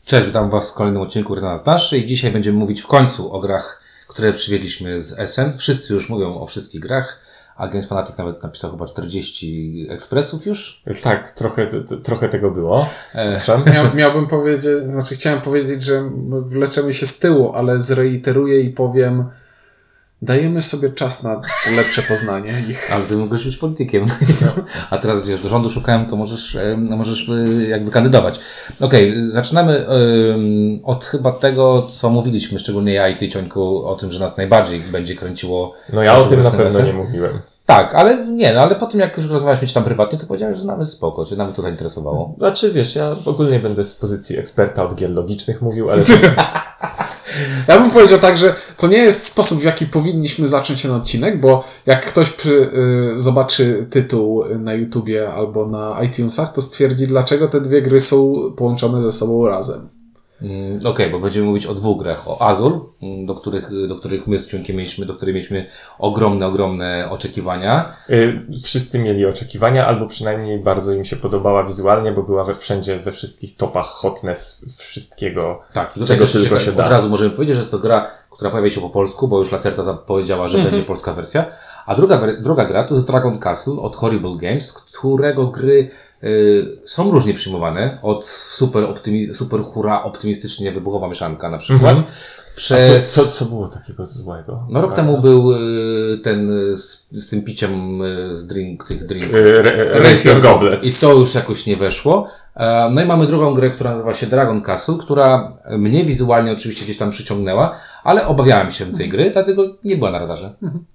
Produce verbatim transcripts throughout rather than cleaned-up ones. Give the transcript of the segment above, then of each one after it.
Cześć, witam Was w kolejnym odcinku Rezonans Planszy i dzisiaj będziemy mówić w końcu o grach, które przywieźliśmy z Essen. Wszyscy już mówią o wszystkich grach, a Games Fanatic nawet napisał chyba czterdzieści ekspresów już. Tak, trochę, t- trochę tego było. E, miał, miałbym powiedzieć, znaczy chciałem powiedzieć, że wleczemy się z tyłu, ale zreiteruję i powiem, dajemy sobie czas na lepsze poznanie ich. Ale ty mógłbyś być politykiem. A teraz wiesz, do rządu szukałem, to możesz, możesz jakby kandydować. Okej, okay, zaczynamy um, od chyba tego, co mówiliśmy, szczególnie ja i ty, Ciońku, o tym, że nas najbardziej będzie kręciło. No ja o tym na pewno nie mówiłem. Tak, ale nie, no ale po tym jak już rozmawialiśmy tam prywatnie, to powiedziałeś, że nawet spoko, że nawet to zainteresowało. Znaczy wiesz, ja ogólnie będę z pozycji eksperta od gier logicznych mówił, ale... Ja bym powiedział tak, że to nie jest sposób, w jaki powinniśmy zacząć ten odcinek, bo jak ktoś przy, y, zobaczy tytuł na YouTubie albo na iTunesach, to stwierdzi, dlaczego te dwie gry są połączone ze sobą razem. Mm, Okej, okay, bo będziemy mówić o dwóch grach. O Azul, do których, do których my z Ciunkiem mieliśmy, do których mieliśmy ogromne, ogromne oczekiwania. Yy, wszyscy mieli oczekiwania, albo przynajmniej bardzo im się podobała wizualnie, bo była we wszędzie, we wszystkich topach hotness wszystkiego, tak, do czego tego tylko się, się da. Od razu możemy powiedzieć, że jest to gra, która pojawia się po polsku, bo już Lacerta zapowiedziała, że mm-hmm. będzie polska wersja. A druga, druga gra to jest Dragon Castle od Horrible Games, którego gry y, są różnie przyjmowane. Od super, optymi- super hura, optymistycznie wybuchowa mieszanka na przykład. Mm-hmm. Przez... A co, co, co było takiego złego? No rok bardzo? temu był y, ten z, z tym piciem y, z drink, tych drinków. Racing Goblets. I to już jakoś nie weszło. E, no i mamy drugą grę, która nazywa się Dragon Castle, która mnie wizualnie oczywiście gdzieś tam przyciągnęła, ale obawiałem się tej gry, dlatego nie była na radarze.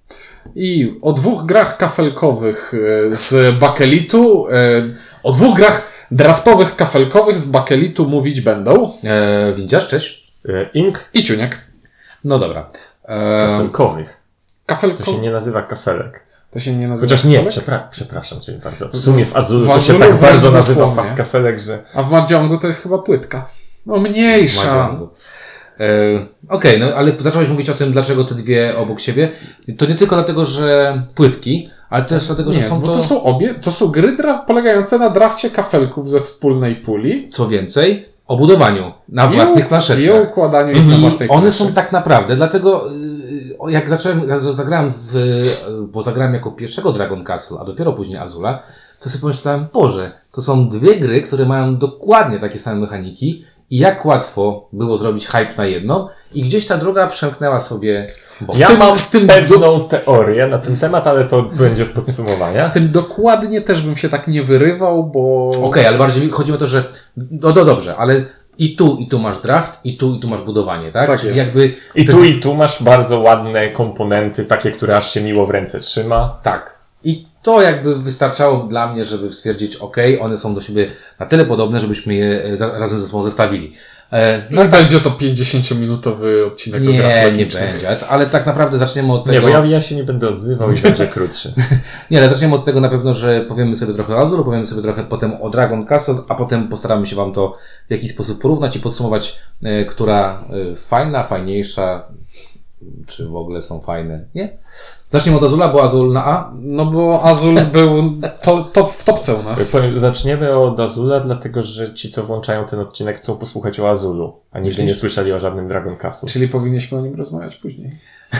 I o dwóch grach kafelkowych z bakelitu, o dwóch grach draftowych kafelkowych z bakelitu mówić będą. E, Windziarz, cześć. Ink i Ciuniek. No dobra. E... Kafelkowych. Kafelko... To się nie nazywa kafelek. To się nie nazywa Chociaż nie, przepra- przepraszam cię bardzo. W sumie w Azulu to się tak bardzo nazywa fach kafelek, że... A w Mahjongu to jest chyba płytka. No mniejsza. E, Okej, okay, no ale zacząłeś mówić o tym, dlaczego te dwie obok siebie. To nie tylko dlatego, że płytki, ale też dlatego, że nie, są bo to... to są obie, to są gry dra- polegające na drafcie kafelków ze wspólnej puli. Co więcej, o budowaniu na I własnych u- planszetkach. I o układaniu ich I na własnej one planszy. są tak naprawdę, dlatego jak zacząłem, jak zagrałem w, bo zagrałem jako pierwszego Dragon Castle, a dopiero później Azula, to sobie pomyślałem, Boże, to są dwie gry, które mają dokładnie takie same mechaniki i jak łatwo było zrobić hype na jedną i gdzieś ta droga przemknęła sobie... Bo ja tym, mam z tym pewną do... teorię na ten temat, ale to będzie w podsumowaniu. Z tym dokładnie też bym się tak nie wyrywał, bo... Okej, okay, ale bardziej chodzi o to, że no, no dobrze, ale i tu, i tu masz draft, i tu, i tu masz budowanie, tak? Tak Czyli jest. jakby... I tu, i tu masz bardzo ładne komponenty, takie, które aż się miło w ręce trzyma. Tak. I to jakby wystarczało dla mnie, żeby stwierdzić, ok, one są do siebie na tyle podobne, żebyśmy je razem ze sobą zestawili. E, no i tak, będzie to pięćdziesięciominutowy odcinek nie, o grach Nie, nie będzie, ale tak naprawdę zaczniemy od tego... Nie, bo ja, ja się nie będę odzywał i będzie krótszy. Nie, ale zaczniemy od tego na pewno, że powiemy sobie trochę o Azulu, powiemy sobie trochę potem o Dragon Castle, a potem postaramy się Wam to w jakiś sposób porównać i podsumować, e, która e, fajna, fajniejsza, czy w ogóle są fajne, nie? Zacznijmy od Azula, bo Azul na A? No bo Azul był to, to w topce u nas. Zaczniemy od Azula, dlatego że ci, co włączają ten odcinek, chcą posłuchać o Azulu, a nigdy nie słyszeli o żadnym Dragon Castle. Czyli powinniśmy o nim rozmawiać później.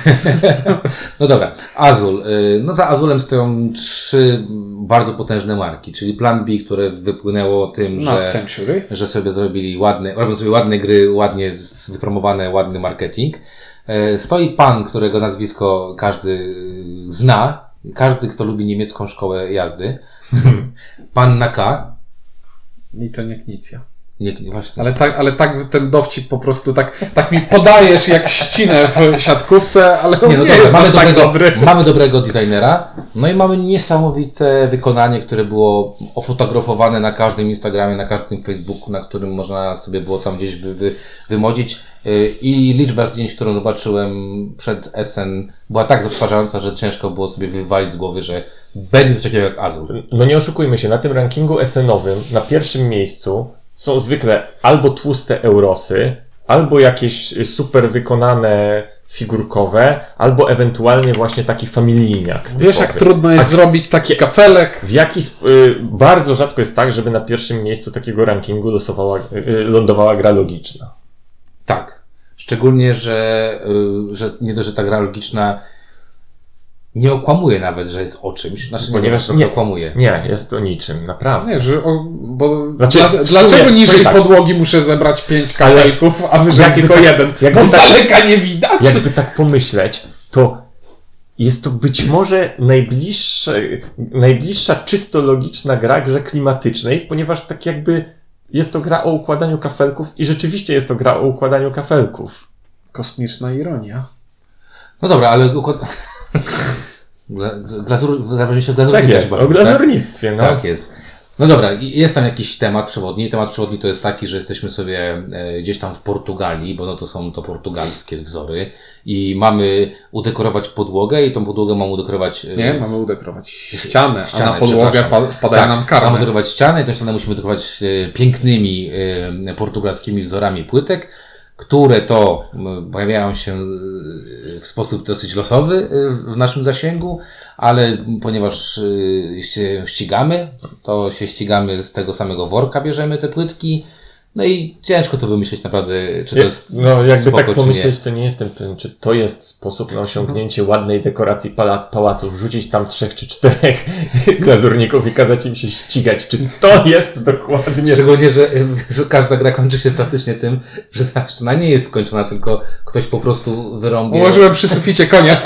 No dobra, Azul. No za Azulem stoją trzy bardzo potężne marki, czyli Plan B, które wypłynęło tym, że, że sobie zrobili ładne, robią sobie ładne gry, ładnie wypromowane, ładny marketing. Stoi pan, którego nazwisko każdy zna, każdy, kto lubi niemiecką szkołę jazdy. Pan na K. I to nie Knicja. Nie, właśnie. Ale tak, ale tak ten dowcip po prostu tak, tak mi podajesz jak ścinę w siatkówce, ale on nie, no nie dobra, jest mamy dobrego, tak dobry. Mamy dobrego designera, no i mamy niesamowite wykonanie, które było ofotografowane na każdym Instagramie, na każdym Facebooku, na którym można sobie było tam gdzieś wy, wy, wymodzić. I liczba zdjęć, którą zobaczyłem przed Essen, była tak zatrważająca, że ciężko było sobie wywalić z głowy, że będzie coś takiego jak Azul. No nie oszukujmy się, na tym rankingu Essenowym na pierwszym miejscu są zwykle albo tłuste Eurosy, albo jakieś super wykonane figurkowe, albo ewentualnie właśnie taki familijniak. Wiesz, typowy. jak trudno jest A zrobić taki kafelek. W jaki sp- y, bardzo rzadko jest tak, żeby na pierwszym miejscu takiego rankingu losowała, y, lądowała gra logiczna. Tak. Szczególnie, że, y, że nie dość, że ta gra logiczna nie okłamuje nawet, że jest o czymś. Znaczy, Ponieważ nie, nie, okłamuje. Nie, jest o niczym, naprawdę. Nie, że o, bo Znaczy, dla, w sumie, dlaczego niżej tak. podłogi muszę zebrać pięć kafelków, a wyżej jakby tylko tak- jeden? jakby Bo z tak- daleka nie widać. Jakby tak pomyśleć, to jest to być może najbliższa, najbliższa czysto logiczna gra grze klimatycznej, ponieważ tak jakby jest to gra o układaniu kafelków i rzeczywiście jest to gra o układaniu kafelków. Kosmiczna ironia. No dobra, ale układ... Gla- glazur... Wyrażamy się o glazurze Tak też jest, bardzo, o glazurnictwie, tak? no. Tak jest. No dobra, i jest tam jakiś temat przewodni. Temat przewodni to jest taki, że jesteśmy sobie e, gdzieś tam w Portugalii, bo no to są to portugalskie wzory i mamy udekorować podłogę i tą podłogę mamy udekorować... E, Nie, mamy udekorować ścianę, ścianę, a na podłogę przepraszam. pa- spadają tak, nam karne. Mamy udekorować ścianę i tę ścianę musimy dekorować e, pięknymi e, portugalskimi wzorami płytek, które to m, pojawiają się e, w sposób dosyć losowy e, w naszym zasięgu, ale ponieważ e, się ścigamy, to się ścigamy z tego samego worka, bierzemy te płytki, no i ciężko to wymyśleć naprawdę, czy to Ja- jest No jakby spoko, tak czy pomyśleć, to nie jestem pewien, czy to jest sposób na osiągnięcie ładnej dekoracji pala- pałacu, wrzucić tam trzech czy czterech glazurników i kazać im się ścigać. Czy to jest dokładnie... Szczególnie, że, że każda gra kończy się praktycznie tym, że ta ściana nie jest skończona, tylko ktoś po prostu wyrąbie... Ułożyłem przy suficie, koniec.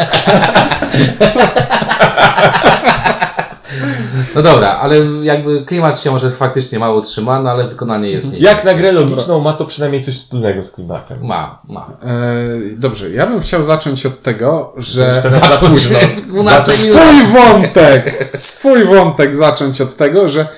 No dobra, ale jakby klimat się może faktycznie mało trzyma, no ale wykonanie jest nie. Jak na grę logiczną ma to przynajmniej coś wspólnego z klimatem. Ma, ma. E, dobrze, ja bym chciał zacząć od tego, że... Teraz za Zacząć późno. w dwunastej Swój wątek! Swój wątek zacząć od tego, że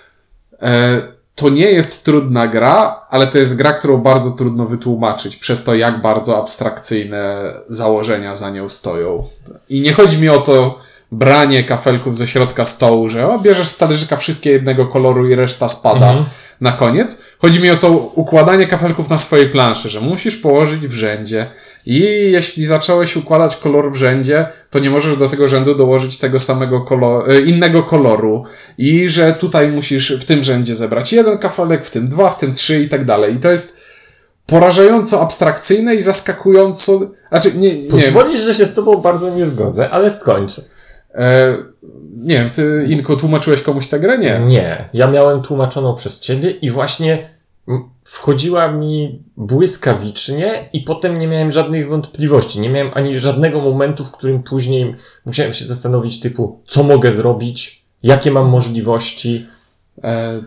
e, to nie jest trudna gra, ale to jest gra, którą bardzo trudno wytłumaczyć przez to, jak bardzo abstrakcyjne założenia za nią stoją. I nie chodzi mi o to branie kafelków ze środka stołu, że o, bierzesz z talerzyka wszystkie jednego koloru i reszta spada Mhm. na koniec. Chodzi mi o to układanie kafelków na swojej planszy, że musisz położyć w rzędzie i jeśli zacząłeś układać kolor w rzędzie, to nie możesz do tego rzędu dołożyć tego samego koloru, innego koloru i że tutaj musisz w tym rzędzie zebrać jeden kafelek, w tym dwa, w tym trzy i tak dalej. I to jest porażająco abstrakcyjne i zaskakująco... Znaczy, nie, nie Pozwolisz, że się z tobą bardzo nie zgodzę, ale skończę. E, nie wiem, ty, Inko, tłumaczyłeś komuś tę grę? Nie. Nie, ja miałem tłumaczoną przez ciebie i właśnie m, wchodziła mi błyskawicznie i potem nie miałem żadnych wątpliwości. Nie miałem ani żadnego momentu, w którym później musiałem się zastanowić typu, co mogę zrobić, jakie mam możliwości. E,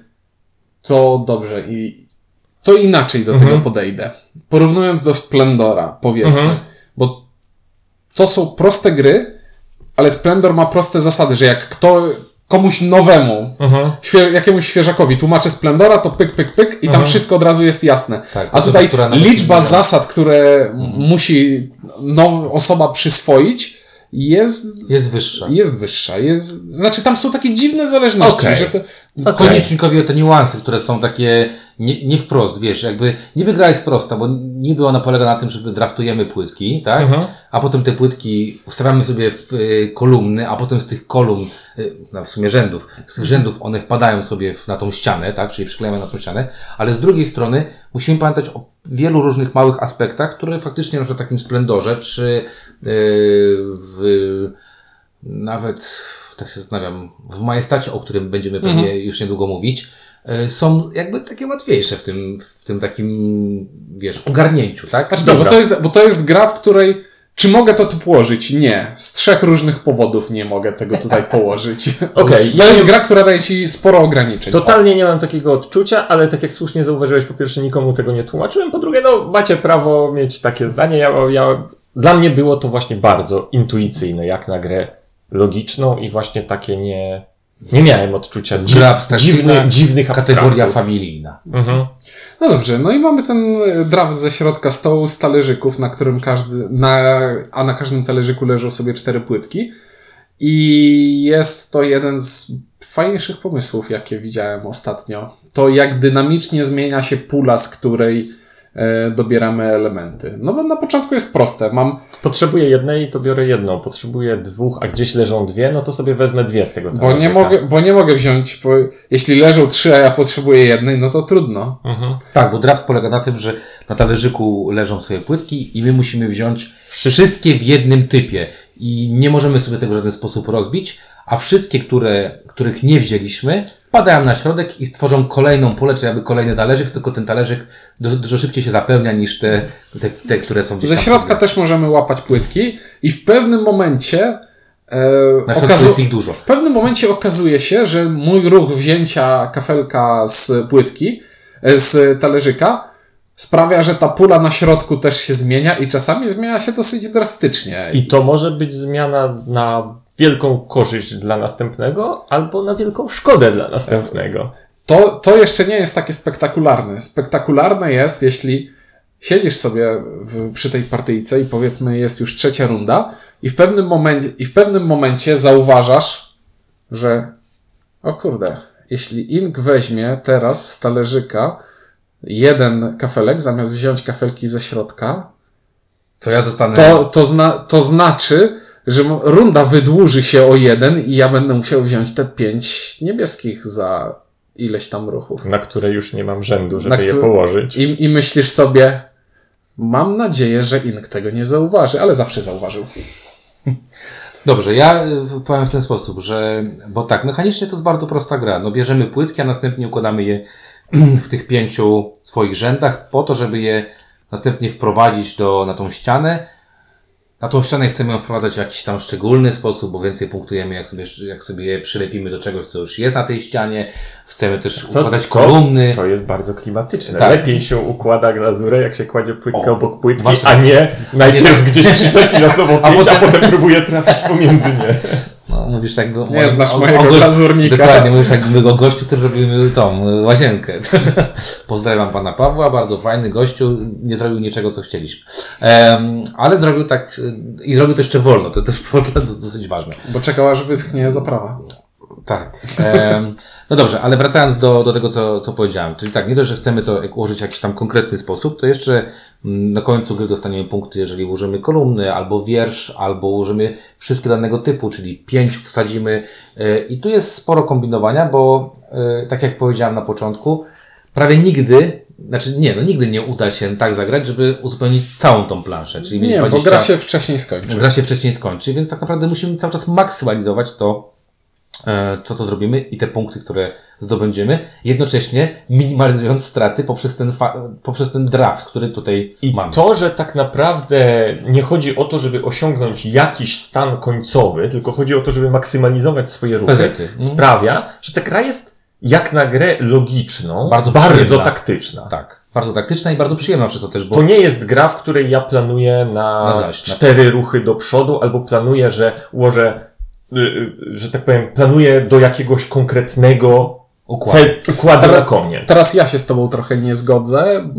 to dobrze. I to inaczej do Mhm. tego podejdę. Porównując do Splendora, powiedzmy. Mhm. Bo to są proste gry, ale Splendor ma proste zasady, że jak kto, komuś nowemu, Mhm. świe, jakiemuś świeżakowi tłumaczę Splendora, to pyk, pyk, pyk i tam Mhm. wszystko od razu jest jasne. Tak, A osoba, tutaj która nawet liczba nie- zasad, które m- musi now, osoba przyswoić, jest, Jest wyższa. jest wyższa. Jest, znaczy tam są takie dziwne zależności, Okej. że to... Okay. Chodzi Cinkowi o te niuanse, które są takie nie, nie wprost, wiesz, jakby niby gra jest prosta, bo niby ona polega na tym, że draftujemy płytki, tak? Mhm. A potem te płytki ustawiamy sobie w y, kolumny, a potem z tych kolumn, y, no w sumie rzędów, z tych rzędów one wpadają sobie w, na tą ścianę, tak? Czyli przyklejamy na tą ścianę, ale z drugiej strony musimy pamiętać o wielu różnych małych aspektach, które faktycznie na przykład w takim Splendorze, czy y, w nawet, tak się zastanawiam, w Majestacie, o którym będziemy pewnie Mhm. już niedługo mówić, y, są jakby takie łatwiejsze w tym, w tym takim, wiesz, ogarnięciu, tak? Znaczy, no, bo, to jest, bo to jest gra, w której czy mogę to tu położyć? Nie. Z trzech różnych powodów nie mogę tego tutaj położyć. Okej, To ja jest nie- gra, która daje ci sporo ograniczeń. Totalnie nie mam takiego odczucia, ale tak jak słusznie zauważyłeś, po pierwsze nikomu tego nie tłumaczyłem, po drugie, no macie prawo mieć takie zdanie. Ja, ja, dla mnie było to właśnie bardzo intuicyjne, jak na grę logiczną i właśnie takie nie, nie miałem odczucia Gra abstrakcyjna, dziwnych, dziwnych kategoria abstraktów. familijna. Mhm. No dobrze, no i mamy ten draft ze środka stołu z talerzyków, na którym każdy, na, a na każdym talerzyku leżą sobie cztery płytki. I jest to jeden z fajniejszych pomysłów, jakie widziałem ostatnio. To jak dynamicznie zmienia się pula, z której e, dobieramy elementy. No bo na początku jest proste. Mam... Potrzebuję jednej, to biorę jedną. Potrzebuję dwóch, a gdzieś leżą dwie, no to sobie wezmę dwie z tego talerzyka. Bo nie mogę, bo nie mogę wziąć, bo jeśli leżą trzy, a ja potrzebuję jednej, no to trudno. Mhm. Tak, bo draft polega na tym, że na talerzyku leżą sobie płytki i my musimy wziąć wszystkie w jednym typie. I nie możemy sobie tego w żaden sposób rozbić, a wszystkie, które, których nie wzięliśmy, wpadają na środek i stworzą kolejną pulę, czy jakby kolejny talerzyk, tylko ten talerzyk dużo, dużo szybciej się zapełnia niż te, te, te które są gdzieś Ze tam środka sobie. też możemy łapać płytki i w pewnym momencie e, Na środku okazu- jest ich dużo. w pewnym momencie okazuje się, że mój ruch wzięcia kafelka z płytki, e, z talerzyka sprawia, że ta pula na środku też się zmienia i czasami zmienia się dosyć drastycznie. I to może być zmiana na wielką korzyść dla następnego, albo na wielką szkodę dla następnego. To, to jeszcze nie jest takie spektakularne. Spektakularne jest, jeśli siedzisz sobie w, przy tej partyjce i powiedzmy jest już trzecia runda i w pewnym momencie, i w pewnym momencie zauważasz, że o kurde, jeśli Ink weźmie teraz z talerzyka jeden kafelek, zamiast wziąć kafelki ze środka, To ja zostanę... to, to, zna, to znaczy, że runda wydłuży się o jeden i ja będę musiał wziąć te pięć niebieskich za ileś tam ruchów. Na które już nie mam rzędu, żeby Na je któ- położyć. I, I myślisz sobie, mam nadzieję, że Ink tego nie zauważy, ale zawsze zauważył. Dobrze, ja y, powiem w ten sposób, że, bo tak, mechanicznie to jest bardzo prosta gra. No bierzemy płytki, a następnie układamy je w tych pięciu swoich rzędach po to, żeby je następnie wprowadzić do, na tą ścianę. Na tą ścianę chcemy ją wprowadzać w jakiś tam szczególny sposób, bo więcej punktujemy, jak sobie, jak sobie je przylepimy do czegoś, co już jest na tej ścianie. Chcemy też Co? układać To- kolumny. To jest bardzo klimatyczne. Tak. Lepiej się układa glazurę, jak się kładzie płytkę O, obok płytki, masz a rację. nie najpierw gdzieś przyczepi na sobą A pięć, a potem- potem próbuje trafić pomiędzy nie. No, mówisz tak... Do, Nie znasz o- mojego o- glazurnika. Dokładnie, mówisz jak o gościu, który robimy tą y, łazienkę. Pozdrawiam pana Pawła, bardzo fajny gościu, nie zrobił niczego, co chcieliśmy. Um, ale zrobił tak y, i zrobił to jeszcze wolno, to też było dla nas dosyć ważne. Bo czekał, aż wyschnie zaprawa. Tak. Um, no dobrze, ale wracając do, do tego, co, co powiedziałem. Czyli tak, nie dość, że chcemy to ułożyć w jakiś tam konkretny sposób, to jeszcze mm, na końcu gry dostaniemy punkty, jeżeli ułożymy kolumny, albo wiersz, albo ułożymy wszystkie danego typu, czyli pięć wsadzimy. Yy, I tu jest sporo kombinowania, bo yy, tak jak powiedziałem na początku, prawie nigdy, znaczy nie, no nigdy nie uda się tak zagrać, żeby uzupełnić całą tą planszę. Czyli mieć Nie, dwadzieścia bo gra się wcześniej skończy. Gra się wcześniej skończy, więc tak naprawdę musimy cały czas maksymalizować to, co to zrobimy i te punkty, które zdobędziemy, jednocześnie minimalizując straty poprzez ten, fa- poprzez ten draft, który tutaj I mamy. to, że tak naprawdę nie chodzi o to, żeby osiągnąć jakiś stan końcowy, tylko chodzi o to, żeby maksymalizować swoje ruchy, Pezety. Mhm. sprawia, że ta gra jest jak na grę logiczną, Bardzo bardzo, przyjemna. taktyczna. Tak, bardzo taktyczna i bardzo przyjemna przez to też, bo To nie jest gra, w której ja planuję na, Na zaś, na- cztery ruchy do przodu, albo planuję, że ułożę, y, y, że tak powiem, planuję do jakiegoś konkretnego układ. cel, układu Teraz- na koniec. Teraz ja się z tobą trochę nie zgodzę,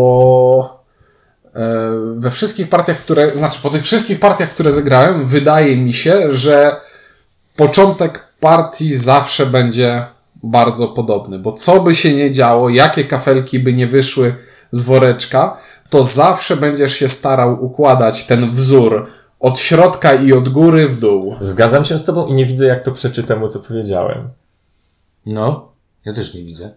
bo e, we wszystkich partiach, które, znaczy po tych wszystkich partiach, które zagrałem, wydaje mi się, że początek partii zawsze będzie bardzo podobny, bo co by się nie działo, jakie kafelki by nie wyszły z woreczka, to zawsze będziesz się starał układać ten wzór od środka i od góry w dół. Zgadzam się z tobą i nie widzę, jak to przeczy temu, co powiedziałem. No, ja też nie widzę.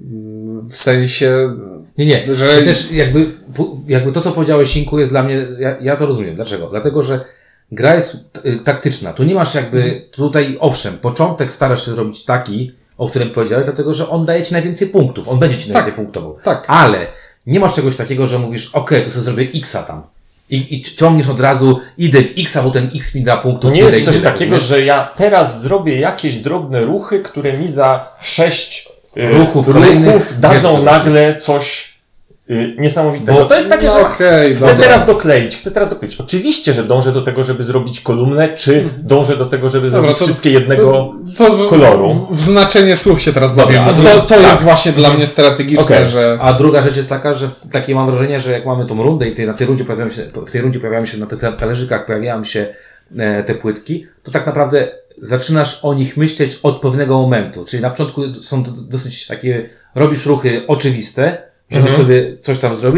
W sensie, Nie, nie, Że- że też jakby, pu- jakby to, co powiedziałeś, Sinku, jest dla mnie, ja, ja to rozumiem. Dlaczego? Dlatego, że gra jest y, taktyczna. Tu nie masz jakby, tutaj owszem, początek starasz się zrobić taki, o którym powiedziałeś, dlatego, że on daje ci najwięcej punktów. On będzie ci Tak. najwięcej punktował. tak. Ale nie masz czegoś takiego, że mówisz, okej, to sobie zrobię X-a tam. I, I ciągniesz od razu, idę w X-a, bo ten X mi da punktów. To nie tyle jest i coś tyle, takiego, rozumiesz? że ja teraz zrobię jakieś drobne ruchy, które mi za sześć y, Ruchów kolejnych ruchów dadzą wiesz, co nagle coś y, niesamowitego. Bo- to jest takie, No że okej, chcę dobra. teraz dokleić, chcę teraz dokleić. Oczywiście, że dążę do tego, żeby zrobić kolumnę, czy dążę do tego, żeby Dobra, zrobić to- wszystkie jednego To, to w, koloru. W, w znaczenie słów się teraz Dobra, bawimy. a To, druga- to jest tak. właśnie dla mnie strategiczne, Okej. że... A druga rzecz jest taka, że w- takie mam wrażenie, że jak mamy tą rundę i tej, na tej rundzie pojawiają się, w tej rundzie pojawiają się na tych ta- talerzykach, pojawiają się e, te płytki, to tak naprawdę zaczynasz o nich myśleć od pewnego momentu. Czyli na początku są to dosyć takie, robisz ruchy oczywiste, żeby Mhm. sobie coś tam zrobić,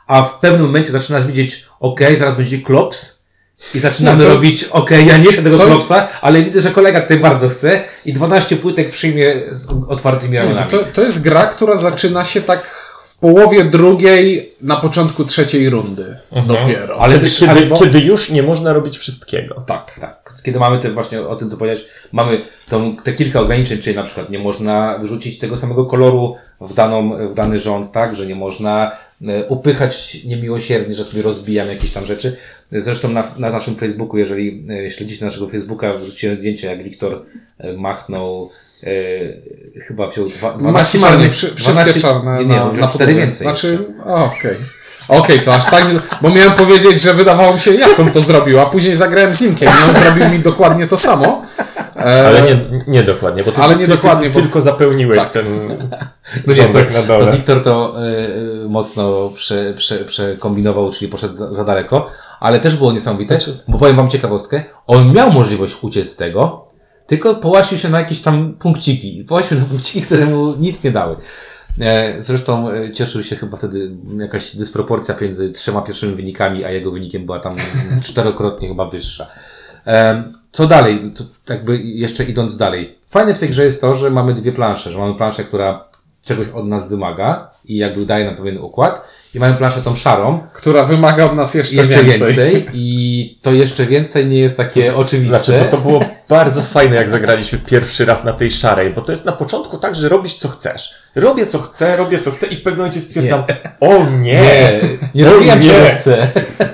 a w pewnym momencie zaczynasz widzieć, okej, okay, zaraz będzie klops i zaczynamy no to, robić, okej, okay, ja nie chcę tego to, klopsa, ale widzę, że kolega tutaj bardzo chce i dwanaście płytek przyjmie z otwartymi ramionami. To, to jest gra, która zaczyna się tak w połowie drugiej, na początku trzeciej rundy mhm. dopiero. Ale kiedy, kiedy, ale bo... kiedy już nie można robić wszystkiego. Tak. tak. Kiedy mamy te właśnie o tym, co powiedziałeś, mamy tą, te kilka ograniczeń, czyli na przykład nie można wyrzucić tego samego koloru w, daną, w dany rząd, tak, że nie można e, upychać niemiłosiernie, że sobie rozbijam jakieś tam rzeczy. Zresztą na, na naszym Facebooku, jeżeli e, śledzicie naszego Facebooka, wrzuciłem zdjęcie, jak Wiktor e, machnął e, chyba wziął dwa, dwanaście maksymalnie wszystkie dwanaście, czarne nie, nie, na, na cztery więcej. Znaczy, okej. Okay. Okej, okay, to aż tak, bo miałem powiedzieć, że wydawało mi się, jak on to zrobił, a później zagrałem z Inkiem i on zrobił mi dokładnie to samo. E... Ale nie, nie dokładnie, bo ty, ale nie ty, dokładnie, ty, ty bo... tylko zapełniłeś tak. ten no nie, to, na dole. To Wiktor to y, mocno prze, prze, przekombinował, czyli poszedł za, za daleko, ale też było niesamowite, bo powiem wam ciekawostkę, on miał możliwość uciec z tego, tylko połasił się na jakieś tam punkciki, połasił na punkciki, które mu nic nie dały. Zresztą cieszył się chyba wtedy jakaś dysproporcja między trzema pierwszymi wynikami, a jego wynikiem była tam czterokrotnie chyba wyższa. Co dalej? To jakby jeszcze idąc dalej. Fajne w tej grze jest to, że mamy dwie plansze, że mamy planszę, która czegoś od nas wymaga i jakby daje nam pewien układ i mamy planszę tą szarą, która wymaga od nas jeszcze, jeszcze więcej. więcej i to jeszcze więcej nie jest takie to, oczywiste. Znaczy, bo to było bardzo fajne, jak zagraliśmy pierwszy raz na tej szarej, bo to jest na początku tak, że robisz co chcesz. Robię co chcę, robię co chcę i w pewnym momencie stwierdzam, nie. o nie, nie, nie robiłem czego chcę.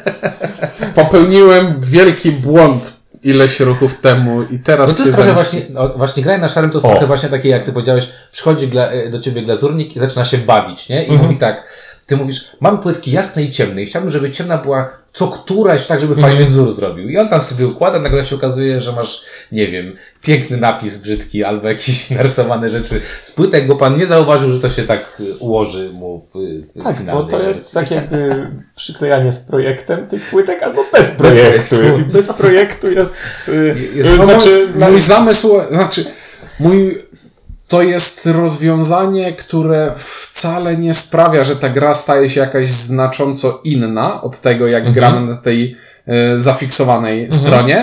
Popełniłem wielki błąd ileś ruchów temu i teraz no to się jest trochę właśnie, no, właśnie granie na szarym to jest o. trochę właśnie takie, jak ty powiedziałeś, przychodzi gla, do ciebie glazurnik i zaczyna się bawić, nie? I mm-hmm. mówi tak, ty mówisz, mam płytki jasne i ciemne i chciałbym, żeby ciemna była co któraś, tak żeby mm-hmm. fajny wzór zrobił. I on tam sobie układa, nagle się okazuje, że masz, nie wiem, piękny napis brzydki albo jakieś narysowane rzeczy z płytek, bo pan nie zauważył, że to się tak ułoży mu w, w tak, finalnej bo to jest wersji. tak jakby przyklejanie z projektem tych płytek albo bez projektu. Bez projektu, bez projektu jest... jest no, znaczy, mój, mój zamysł, znaczy mój... To jest rozwiązanie, które wcale nie sprawia, że ta gra staje się jakaś znacząco inna od tego, jak mhm. gramy na tej e, zafiksowanej mhm. stronie.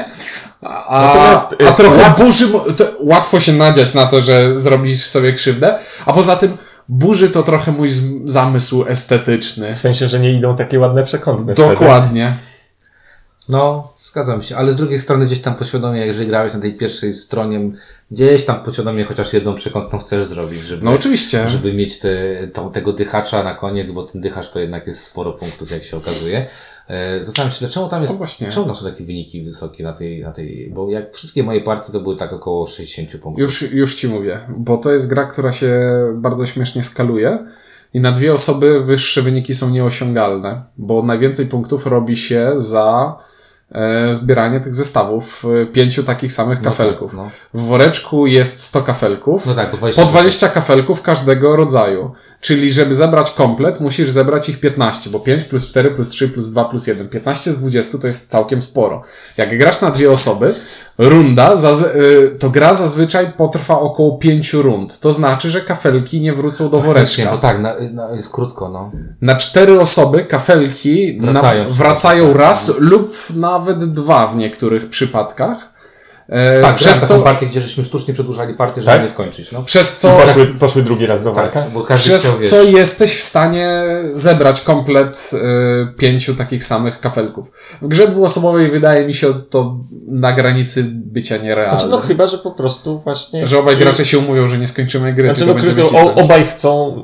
A, a trochę łat... burzy, to łatwo się nadziać na to, że zrobisz sobie krzywdę, a poza tym burzy to trochę mój zamysł estetyczny. W sensie, że nie idą takie ładne przekątne. Dokładnie. Wtedy. No, zgadzam się, ale z drugiej strony gdzieś tam podświadomie, jeżeli grałeś na tej pierwszej stronie, gdzieś tam podświadomie chociaż jedną przekątną chcesz zrobić, żeby, no oczywiście. żeby mieć te, to, tego dychacza na koniec, bo ten dychacz to jednak jest sporo punktów, jak się okazuje. E, zastanawiam się, dlaczego tam jest, czemu tam są takie wyniki wysokie na tej, na tej, bo jak wszystkie moje partie to były tak około sześćdziesiąt punktów. Już, już ci mówię, bo to jest gra, która się bardzo śmiesznie skaluje. I na dwie osoby wyższe wyniki są nieosiągalne, bo najwięcej punktów robi się za e, zbieranie tych zestawów e, pięciu takich samych kafelków. No tak, no. W woreczku jest sto kafelków, no tak, po dwadzieścia, po dwadzieścia kafelków każdego rodzaju. Czyli żeby zebrać komplet, musisz zebrać ich piętnaście, bo pięć plus cztery plus trzy plus dwa plus jeden. piętnaście z dwudziestu to jest całkiem sporo. Jak grasz na dwie osoby, runda, to gra zazwyczaj potrwa około pięciu rund. To znaczy, że kafelki nie wrócą do woreczka. To tak, na, na, jest krótko, no. Na cztery osoby kafelki wracają, na, wracają raz lub nawet dwa w niektórych przypadkach. E, tak, przez taką co, partię, gdzie żeśmy sztucznie przedłużali partię, żeby tak? nie skończyć. No. Przez co, poszły, poszły drugi raz do walka. Tak, bo każdy przez chciał, co jesteś w stanie zebrać komplet y, pięciu takich samych kafelków. W grze dwuosobowej wydaje mi się to na granicy bycia nierealne. Znaczy, no chyba, że po prostu właśnie... Że obaj gracze się umówią, że nie skończymy gry, znaczy, tylko no, będziemy o, obaj chcą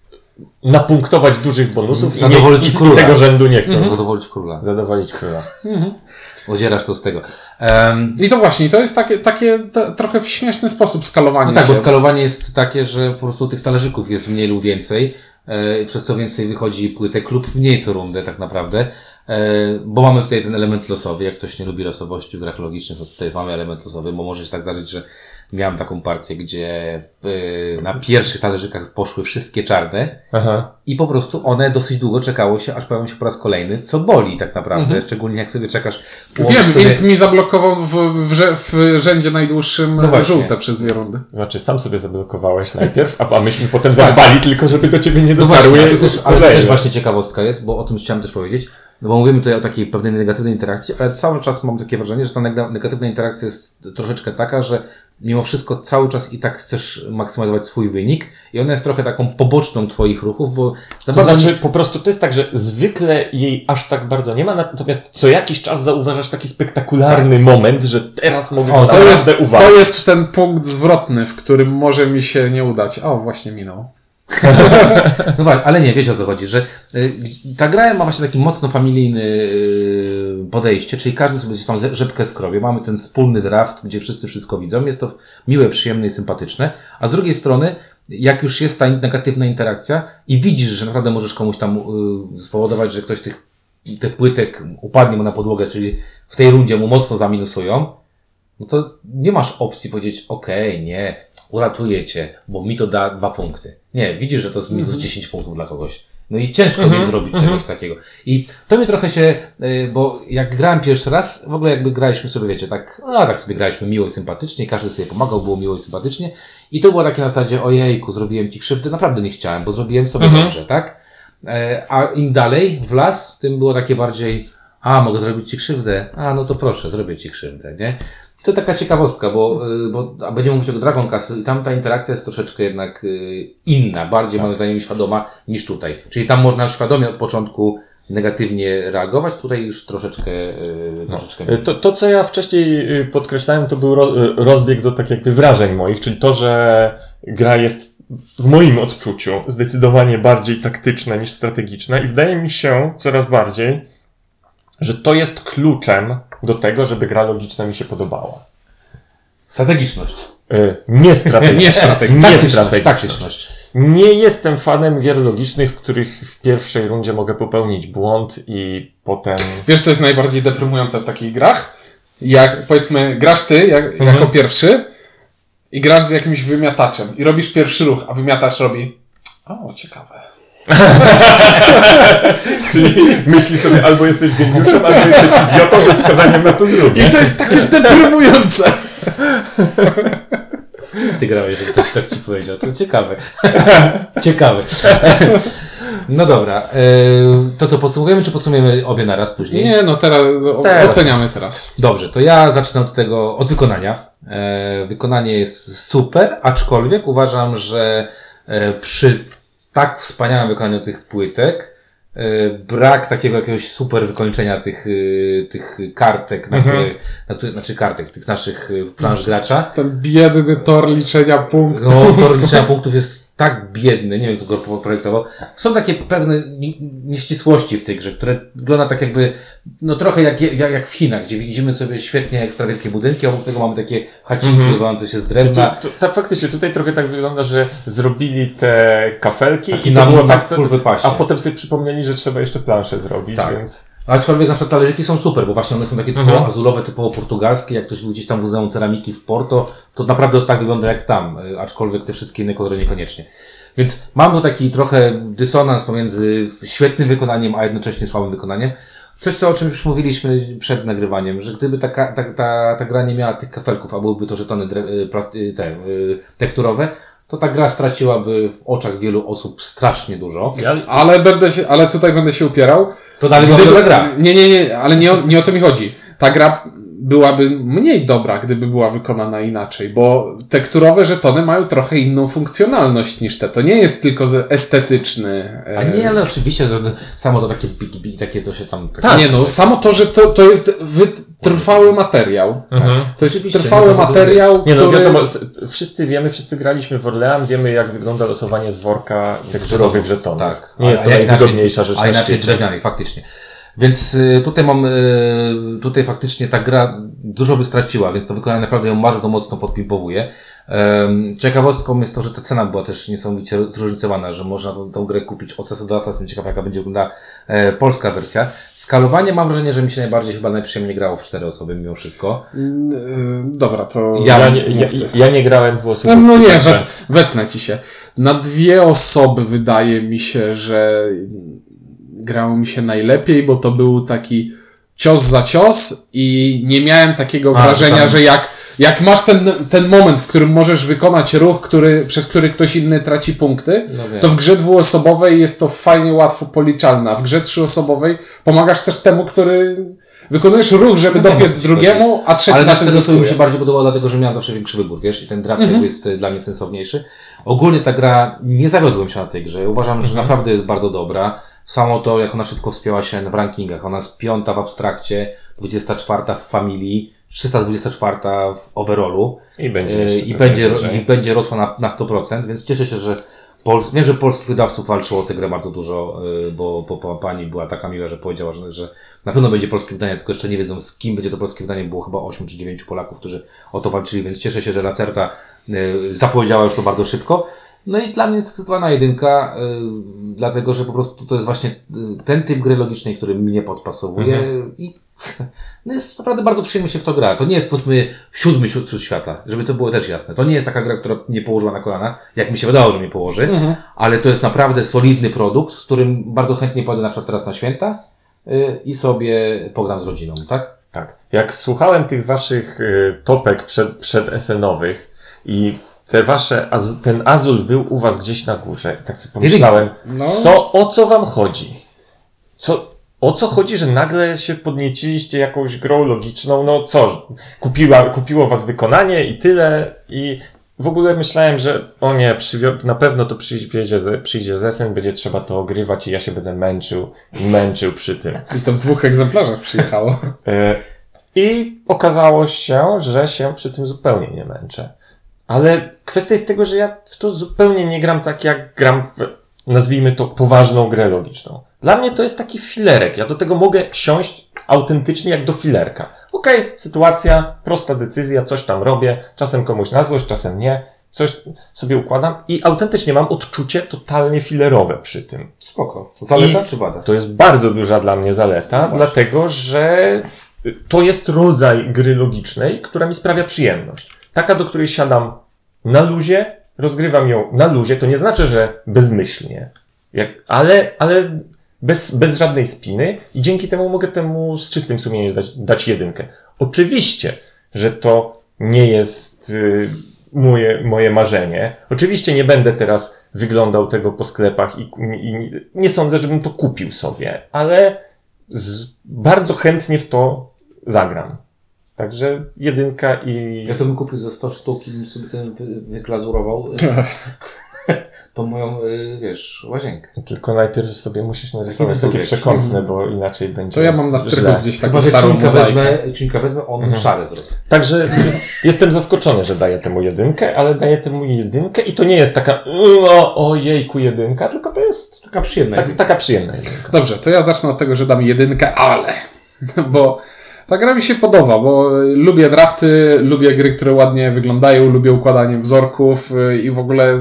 napunktować dużych bonusów zadowolić i nie, króla. Tego rzędu nie chcą. Mhm. Zadowolić króla. Zadowolić króla. Mhm. Odzierasz to z tego. Um, I to właśnie, to jest takie, takie to, trochę w śmieszny sposób skalowanie no tak, się. bo skalowanie jest takie, że po prostu tych talerzyków jest mniej lub więcej, e, przez co więcej wychodzi płytek lub mniej co rundę tak naprawdę, e, bo mamy tutaj ten element losowy. Jak ktoś nie lubi losowości w grach logicznych, to tutaj mamy element losowy, bo może się tak zdarzyć, że miałem taką partię, gdzie w, na pierwszych talerzykach poszły wszystkie czarne. Aha. I po prostu one dosyć długo czekało się, aż pojawią się po raz kolejny, co boli tak naprawdę, mhm. szczególnie jak sobie czekasz. Wiem, sobie... Ink mi zablokował w, w, w rzędzie najdłuższym no żółte przez dwie rundy. Znaczy, sam sobie zablokowałeś najpierw, a myśmy potem zadbali tylko, żeby do ciebie nie dotarły. No właśnie, ale to też, ale to też właśnie ciekawostka jest, bo o tym chciałem też powiedzieć. No bo mówimy tutaj o takiej pewnej negatywnej interakcji, ale cały czas mam takie wrażenie, że ta negatywna interakcja jest troszeczkę taka, że mimo wszystko cały czas i tak chcesz maksymalizować swój wynik i ona jest trochę taką poboczną twoich ruchów, bo... To znaczy nie... po prostu to jest tak, że zwykle jej aż tak bardzo nie ma, natomiast co jakiś czas zauważasz taki spektakularny tak. moment, że teraz mogę o, to jest, to jest ten punkt zwrotny, w którym może mi się nie udać. O, właśnie minął. No właśnie, ale nie, wiecie o co chodzi, że y, ta gra ma właśnie taki mocno familijny y, podejście, czyli każdy sobie tam rzepkę skrobie, mamy ten wspólny draft, gdzie wszyscy wszystko widzą, jest to miłe, przyjemne i sympatyczne, a z drugiej strony, jak już jest ta negatywna interakcja i widzisz, że naprawdę możesz komuś tam y, spowodować, że ktoś tych, tych płytek upadnie mu na podłogę, czyli w tej rundzie mu mocno zaminusują, no to nie masz opcji powiedzieć, okej, okay, nie, uratuję cię, bo mi to da dwa punkty. Nie, widzisz, że to jest minus dziesięć punktów dla kogoś. No i ciężko mi zrobić czegoś takiego. I to mi trochę się, bo jak grałem pierwszy raz, w ogóle jakby graliśmy sobie, wiecie, tak, a tak sobie graliśmy miło i sympatycznie, każdy sobie pomagał, było miło i sympatycznie. I to było takie na zasadzie, ojejku, zrobiłem ci krzywdę, naprawdę nie chciałem, bo zrobiłem sobie mhm. dobrze, tak? A im dalej w las, tym było takie bardziej, a mogę zrobić ci krzywdę, a no to proszę, zrobię ci krzywdę, nie? I to taka ciekawostka, bo, bo a będziemy mówić o Dragon Castle i tam ta interakcja jest troszeczkę jednak inna, bardziej tak. moim zdaniem świadoma niż tutaj. Czyli tam można świadomie od początku negatywnie reagować, tutaj już troszeczkę... troszeczkę no. to, to, co ja wcześniej podkreślałem, to był rozbieg do tak jakby wrażeń moich, czyli to, że gra jest w moim odczuciu zdecydowanie bardziej taktyczna niż strategiczna i wydaje mi się coraz bardziej, że to jest kluczem do tego, żeby gra logiczna mi się podobała. Strategiczność. Yy, nie strategiczność. nie strategiczność. Nie strategiczność. Nie jestem fanem gier logicznych, w których w pierwszej rundzie mogę popełnić błąd i potem... Wiesz, co jest najbardziej deprymujące w takich grach? Jak, powiedzmy, grasz ty jak, mhm. jako pierwszy i grasz z jakimś wymiataczem i robisz pierwszy ruch, a wymiatacz robi o, ciekawe. Czyli myśli sobie, albo jesteś geniuszem, albo jesteś idiotą ze wskazaniem na to drugie. I to jest takie deprymujące. Ty grałeś, że ktoś tak ci powiedział. To ciekawe. Ciekawe. No dobra. To co, podsumujemy, czy podsumujemy obie naraz później? Nie, no teraz, teraz oceniamy teraz. Dobrze, to ja zacznę od tego, od wykonania. Wykonanie jest super, aczkolwiek uważam, że przy tak wspaniałym wykonaniu tych płytek, yy, brak takiego jakiegoś super wykończenia tych, yy, tych kartek, na mhm. które, na które, znaczy kartek, tych naszych yy, plansz gracza. Ten biedny tor liczenia punktów. No, tor liczenia punktów jest tak biedny, nie wiem, kto go projektował. Są takie pewne nieścisłości w tej grze, które wygląda tak jakby, no trochę jak, jak, jak w Chinach, gdzie widzimy sobie świetnie ekstra wielkie budynki, a obok tego mamy takie chacinki mm-hmm. rozwalające się z drewna. To, to, to, faktycznie tutaj trochę tak wygląda, że zrobili te kafelki Taki i to było tak full wypasie. A potem sobie przypomnieli, że trzeba jeszcze planszę zrobić, tak. więc... Aczkolwiek na przykład talerzyki są super, bo właśnie one są takie typowo mhm. azulowe, typowo portugalskie. Jak ktoś był gdzieś tam w Muzeum Ceramiki w Porto, to naprawdę tak wygląda jak tam, aczkolwiek te wszystkie inne kolory niekoniecznie. Więc mam tu taki trochę dysonans pomiędzy świetnym wykonaniem, a jednocześnie słabym wykonaniem. Coś, co o czym już mówiliśmy przed nagrywaniem, że gdyby ta, ta, ta, ta gra nie miała tych kafelków, a byłyby to żetony plasty, te, tekturowe, to ta gra straciłaby w oczach wielu osób strasznie dużo. Ale będę się, ale tutaj będę się upierał. To dalej była dobra gra. Nie, nie, nie, ale nie o, nie o to mi chodzi. Ta gra byłaby mniej dobra, gdyby była wykonana inaczej, bo tekturowe żetony mają trochę inną funkcjonalność niż te. To nie jest tylko estetyczny. A nie, ale oczywiście, że samo to takie big, big, takie co się tam... Tak, tak, nie no, samo to, że to, to jest wytrwały materiał. Mhm. To jest oczywiście, trwały no, materiał, nie, który... no wiadomo, wszyscy wiemy, wszyscy graliśmy w Orlean, wiemy jak wygląda losowanie z worka tekturowych żetonów. Tak. Nie a, jest to najwygodniejsza rzecz. A inaczej drewnianej, faktycznie. Więc tutaj mam, tutaj faktycznie ta gra dużo by straciła, więc to wykonanie naprawdę ją bardzo mocno podpimpowuje. Ciekawostką jest to, że ta cena była też niesamowicie zróżnicowana, że można tą, tą grę kupić od Sasa do Asa. Jestem ciekaw, jaka będzie wyglądała e, polska wersja. Skalowanie mam wrażenie, że mi się najbardziej chyba najprzyjemniej grało w cztery osoby mimo wszystko. Yy, dobra, to... Ja, ja, nie, ja, ja nie grałem dwuosobowo. No, no nie, wet, wetnę ci się. Na dwie osoby wydaje mi się, że grało mi się najlepiej, bo to był taki cios za cios i nie miałem takiego A, wrażenia, tam... że jak, jak masz ten, ten moment, w którym możesz wykonać ruch, który, przez który ktoś inny traci punkty, no to w grze dwuosobowej jest to fajnie łatwo policzalne, a w grze trzyosobowej pomagasz też temu, który wykonujesz ruch, żeby no dopiec drugiemu, a trzeci ale na tym zyskuje. Ale mi się bardziej podobało, dlatego że miałem zawsze większy wybór, wiesz, i ten draft mm-hmm. jest dla mnie sensowniejszy. Ogólnie ta gra, nie zawiodłem się na tej grze, uważam, że mm-hmm. naprawdę jest bardzo dobra. Samo to, jak ona szybko wspięła się w rankingach. Ona jest piąta w abstrakcie, dwudziesta czwarta w Family, trzysta dwudziesta czwarta w overallu. I będzie, i będzie, i będzie rosła na, na sto procent, więc cieszę się, że Pol... wiem, że polskich wydawców walczyło o tę grę bardzo dużo, bo, bo, bo pani była taka miła, że powiedziała, że, że na pewno będzie polskie wydanie, tylko jeszcze nie wiedzą z kim będzie to polskie wydanie. Było chyba ośmiu czy dziewięciu Polaków, którzy o to walczyli, więc cieszę się, że Lacerta zapowiedziała już to bardzo szybko. No i dla mnie jest zdecydowana jedynka, yy, dlatego, że po prostu to jest właśnie ten typ gry logicznej, który mnie podpasowuje mhm. i no jest naprawdę bardzo przyjemnie się w to gra. To nie jest, powiedzmy, siódmy cud świata, żeby to było też jasne. To nie jest taka gra, która mnie położyła na kolana, jak mi się wydawało, że mnie położy, mhm. ale to jest naprawdę solidny produkt, z którym bardzo chętnie pojadę na przykład teraz na święta yy, i sobie pogram z rodziną, tak? Tak. Jak słuchałem tych waszych y, topek przed, przed S N-owych i te wasze, ten Azul był u was gdzieś na górze. I tak sobie pomyślałem, no. co, o co wam chodzi? Co, o co chodzi, że nagle się podnieciliście jakąś grą logiczną? No co, kupiła, kupiło was wykonanie i tyle. I w ogóle myślałem, że o nie, przywio- na pewno to przyjdzie, przyjdzie zesen, będzie trzeba to ogrywać i ja się będę męczył i męczył przy tym. I to w dwóch egzemplarzach przyjechało. I okazało się, że się przy tym zupełnie nie męczę. Ale kwestia jest tego, że ja w to zupełnie nie gram tak, jak gram w, nazwijmy to, poważną grę logiczną. Dla mnie to jest taki filerek. Ja do tego mogę siąść autentycznie jak do filerka. Okej, okay, sytuacja, prosta decyzja, coś tam robię, czasem komuś na złość, czasem nie, coś sobie układam i autentycznie mam odczucie totalnie filerowe przy tym. Spoko. Zaleta I czy wada? To jest bardzo duża dla mnie zaleta, no dlatego że to jest rodzaj gry logicznej, która mi sprawia przyjemność. Taka, do której siadam na luzie, rozgrywam ją na luzie, to nie znaczy, że bezmyślnie, jak, ale, ale bez, bez żadnej spiny i dzięki temu mogę temu z czystym sumieniem dać, dać jedynkę. Oczywiście, że to nie jest y, moje, moje marzenie. Oczywiście nie będę teraz wyglądał tego po sklepach i, i nie sądzę, żebym to kupił sobie, ale z, bardzo chętnie w to zagram. Także jedynka i... Ja to bym kupił za sto sztuk i bym sobie ten wy, wyklazurował tą moją, wiesz, łazienkę. Tylko najpierw sobie musisz narysować takie przekątne, bo inaczej będzie To ja mam na strychu źle. gdzieś taką starą mozaikę. Czynka wezmę, on mhm. szare zrobi. Także jestem zaskoczony, że daję temu jedynkę, ale daję temu jedynkę i to nie jest taka no, ojejku jedynka, tylko to jest taka przyjemna tak, taka przyjemna jedynka. Dobrze, to ja zacznę od tego, że dam jedynkę, ale... bo ta gra mi się podoba, bo lubię drafty, lubię gry, które ładnie wyglądają, lubię układanie wzorków i w ogóle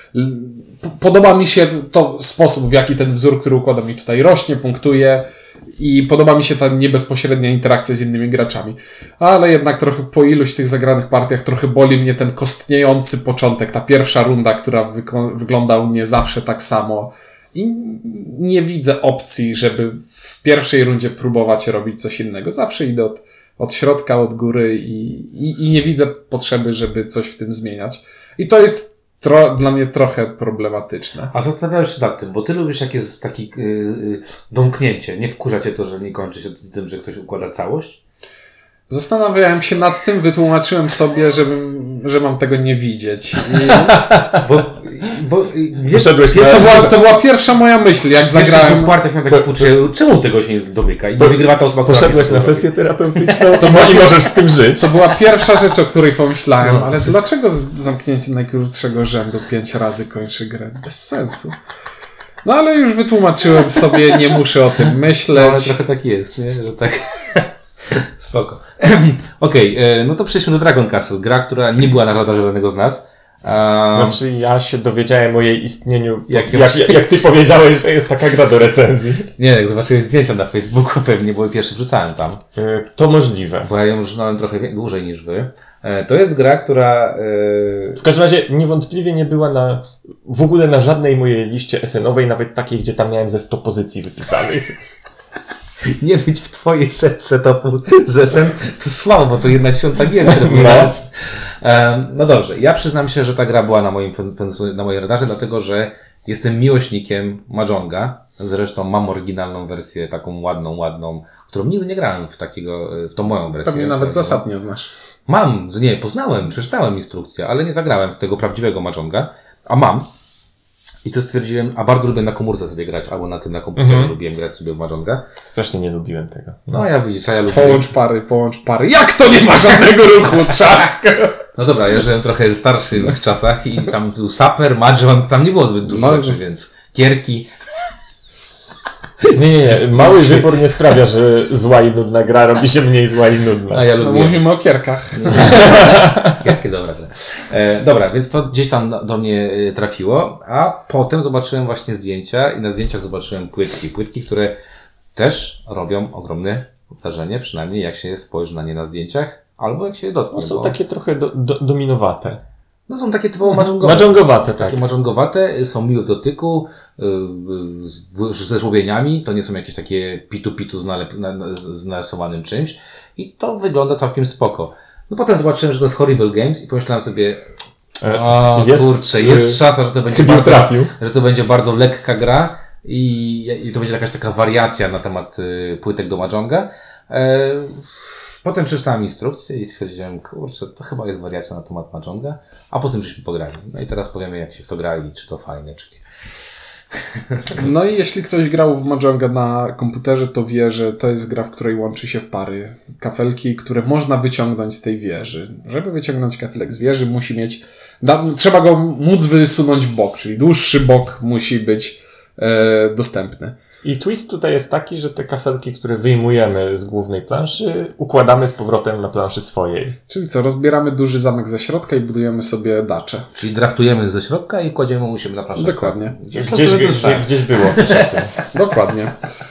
podoba mi się to sposób, w jaki ten wzór, który układam mi tutaj rośnie, punktuje i podoba mi się ta niebezpośrednia interakcja z innymi graczami. Ale jednak trochę po iluś tych zagranych partiach trochę boli mnie ten kostniejący początek, ta pierwsza runda, która wyko- wygląda u mnie zawsze tak samo. I nie widzę opcji, żeby w pierwszej rundzie próbować robić coś innego. Zawsze idę od, od środka, od góry i, i, i nie widzę potrzeby, żeby coś w tym zmieniać. I to jest tro, dla mnie trochę problematyczne. A zastanawiałem się nad tym, bo ty lubisz jak jest takie yy, domknięcie. Nie wkurza cię to, że nie kończy się tym, że ktoś układa całość? Zastanawiałem się nad tym, wytłumaczyłem sobie, żebym, że mam tego nie widzieć. I... bo, bo, wiesz, wiesz, na... to, była, to była pierwsza moja myśl, jak zagrałem. W partiach miałem takie poczucie, czemu tego się nie domyka? I nie wygrywa ta osoba, która... Poszedłeś na sesję terapeutyczną, to i możesz z tym żyć. To była pierwsza rzecz, o której pomyślałem, no. Ale dlaczego zamknięcie najkrótszego rzędu pięć razy kończy grę? Bez sensu. No ale już wytłumaczyłem sobie, nie muszę o tym myśleć. No ale trochę tak jest, nie? Że tak... Spoko. Okej, okay, no to przejdźmy do Dragon Castle. Gra, która nie była na radarze żadnego z nas. Um, znaczy ja się dowiedziałem o jej istnieniu, jak, jak, jak, jak ty powiedziałeś, że jest taka gra do recenzji. Nie, jak zobaczyłeś zdjęcia na Facebooku pewnie, bo pierwszy wrzucałem tam. Yy, to możliwe. Bo ja ją używałem trochę wie- dłużej niż wy. E, to jest gra, która... E... W każdym razie niewątpliwie nie była na w ogóle na żadnej mojej liście esenowej, nawet takiej, gdzie tam miałem ze sto pozycji wypisanych. Nie być w twojej setce topu z S N, to słabo, bo to jedna dziesiąta gier no. raz. Um, no dobrze, ja przyznam się, że ta gra była na moim, na mojej radarze, dlatego że jestem miłośnikiem Mahjonga. Zresztą mam oryginalną wersję, taką ładną, ładną, którą nigdy nie grałem w takiego, w tą moją wersję. Pewnie nawet zasad nie znasz. Mam, nie, poznałem, przeczytałem instrukcję, ale nie zagrałem w tego prawdziwego Mahjonga, a mam. I to stwierdziłem, a bardzo lubię na komórce sobie grać, albo na tym na komputerze mm-hmm. lubiłem grać sobie w Mahjonga. Strasznie nie lubiłem tego. No, no ja widzisz, a ja lubię. Połącz pary, połącz pary. Jak to nie ma żadnego ruchu? Trzask! No dobra, ja żyłem trochę w starszych czasach i tam był Saper, Mahjong, tam nie było zbyt dużo no, rzeczy, więc gierki. Nie, nie, nie. Mały wybór nie sprawia, że zła i nudna gra robi się mniej zła i nudna. A ja no, lubię. mówimy o kierkach. Jakie dobra gra. E, dobra, więc to gdzieś tam do mnie trafiło, a potem zobaczyłem właśnie zdjęcia i na zdjęciach zobaczyłem płytki. Płytki, które też robią ogromne wrażenie, przynajmniej jak się spojrzy na nie na zdjęciach, albo jak się dotknie. No są bo... takie trochę do, do, dominowate. No są takie typowo mahjongowate. Mahjongowate, tak. Takie mahjongowate, są miłe w dotyku, yy, ze żłobieniami, to nie są jakieś takie pitu-pitu z, nalep- na, z narysowanym czymś i to wygląda całkiem spoko. No potem zobaczyłem, że to jest Horrible Games i pomyślałem sobie, o jest, kurczę, jest szansa, że to będzie bardzo, trafił. że to będzie bardzo lekka gra i, i to będzie jakaś taka wariacja na temat y, płytek do Mahjonga. E, Potem przeczytałem instrukcję i stwierdziłem, kurczę, to chyba jest wariacja na temat Mahjonga, a potem żeśmy pograli. No i teraz powiemy, jak się w to grali, czy to fajne, czy nie. No i jeśli ktoś grał w Mahjonga na komputerze, to wie, że to jest gra, w której łączy się w pary kafelki, które można wyciągnąć z tej wieży. Żeby wyciągnąć kafelek z wieży, musi mieć, da, trzeba go móc wysunąć w bok, czyli dłuższy bok musi być e, dostępny. I twist tutaj jest taki, że te kafelki, które wyjmujemy z głównej planszy, układamy z powrotem na planszy swojej. Czyli co, rozbieramy duży zamek ze środka i budujemy sobie dacze. Czyli draftujemy ze środka i kładziemy mu siebie na planszę. Dokładnie. Gdzieś, gdzieś, gdzieś, gdzieś było coś o tym. Dokładnie.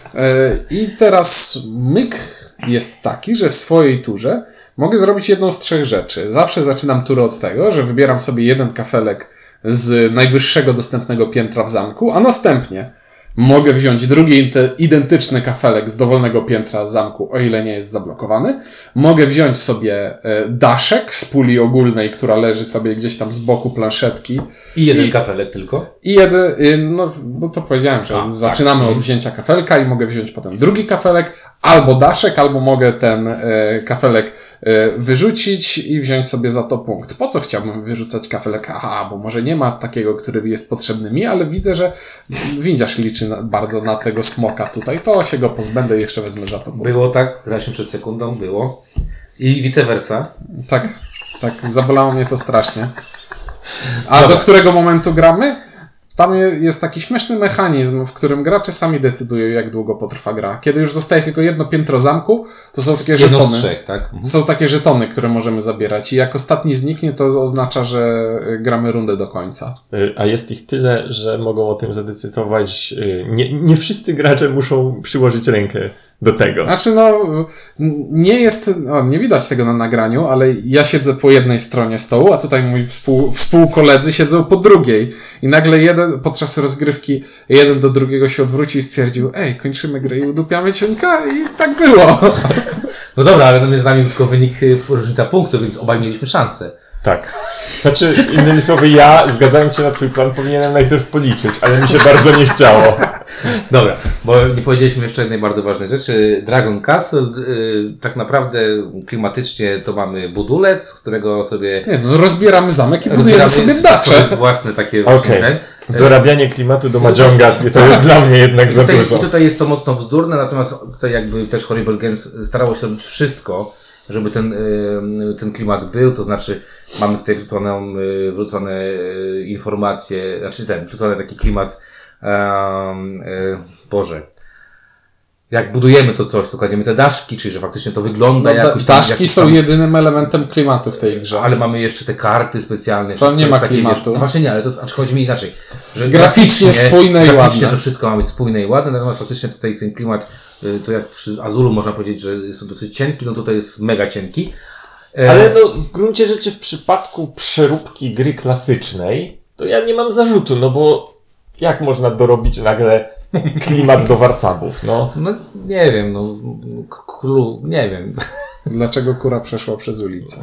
I teraz myk jest taki, że w swojej turze mogę zrobić jedną z trzech rzeczy. Zawsze zaczynam turę od tego, że wybieram sobie jeden kafelek z najwyższego dostępnego piętra w zamku, a następnie mogę wziąć drugi identyczny kafelek z dowolnego piętra zamku, o ile nie jest zablokowany. Mogę wziąć sobie daszek z puli ogólnej, która leży sobie gdzieś tam z boku planszetki. I jeden I, kafelek tylko? I jeden, no bo to powiedziałem, że A, zaczynamy tak. od wzięcia kafelka i mogę wziąć potem drugi kafelek, albo daszek, albo mogę ten e, kafelek e, wyrzucić i wziąć sobie za to punkt. Po co chciałbym wyrzucać kafelek? Aha, bo może nie ma takiego, który jest potrzebny mi, ale widzę, że windziarz liczy na, bardzo na tego smoka tutaj, to się go pozbędę i jeszcze wezmę za to punkt. Było tak, graliśmy przed sekundą, było. I vice versa. Tak, tak, zabolało mnie to strasznie. A Dobra. Do którego momentu gramy? Tam jest taki śmieszny mechanizm, w którym gracze sami decydują, jak długo potrwa gra. Kiedy już zostaje tylko jedno piętro zamku, to są takie Jedno żetony. z trzech, tak? Mhm. To są takie żetony, które możemy zabierać. I jak ostatni zniknie, to oznacza, że gramy rundę do końca. A jest ich tyle, że mogą o tym zadecydować. Nie, nie wszyscy gracze muszą przyłożyć rękę do tego. Znaczy no, nie jest, no, nie widać tego na nagraniu, ale ja siedzę po jednej stronie stołu, a tutaj moi współ, współkoledzy siedzą po drugiej. I nagle jeden, podczas rozgrywki, jeden do drugiego się odwrócił i stwierdził, ej, kończymy grę i udupiamy ciuńka i tak było. No dobra, ale no między nami tylko wynik różnica punktu, więc obaj mieliśmy szansę. Tak. Znaczy, innymi słowy, ja, zgadzając się na twój plan, powinienem najpierw policzyć, ale mi się bardzo nie chciało. Dobra, bo nie powiedzieliśmy jeszcze jednej bardzo ważnej rzeczy. Dragon Castle, yy, tak naprawdę klimatycznie to mamy budulec, z którego sobie... Nie, no rozbieramy zamek i budujemy sobie dacze. Własne takie właśnie... Okay. Dorabianie klimatu do Mahjonga to jest dla mnie jednak za tutaj, dużo. Tutaj jest to mocno bzdurne, natomiast tutaj jakby też Horrible Games starało się robić wszystko, żeby ten, ten klimat był, to znaczy mamy tutaj wrzuconą, wrzucone informacje, znaczy ten, wrzucony taki klimat, um, Boże, jak budujemy to coś, to kładziemy te daszki, czyli że faktycznie to wygląda no, jakoś tam... Daszki jakiś są tam... jedynym elementem klimatu w tej grze. Ale mamy jeszcze te karty specjalne. To nie ma klimatu. Wiesz, no właśnie nie, ale to znaczy chodzi mi inaczej. Że graficznie, graficznie spójne i ładne. To wszystko ma być spójne i ładne, natomiast faktycznie tutaj ten klimat, to jak przy Azulu można powiedzieć, że jest dosyć cienki, no tutaj jest mega cienki. Ale no w gruncie rzeczy w przypadku przeróbki gry klasycznej, to ja nie mam zarzutu, no bo jak można dorobić nagle klimat do warcabów, no? No nie wiem, no król, nie wiem. Dlaczego kura przeszła przez ulicę?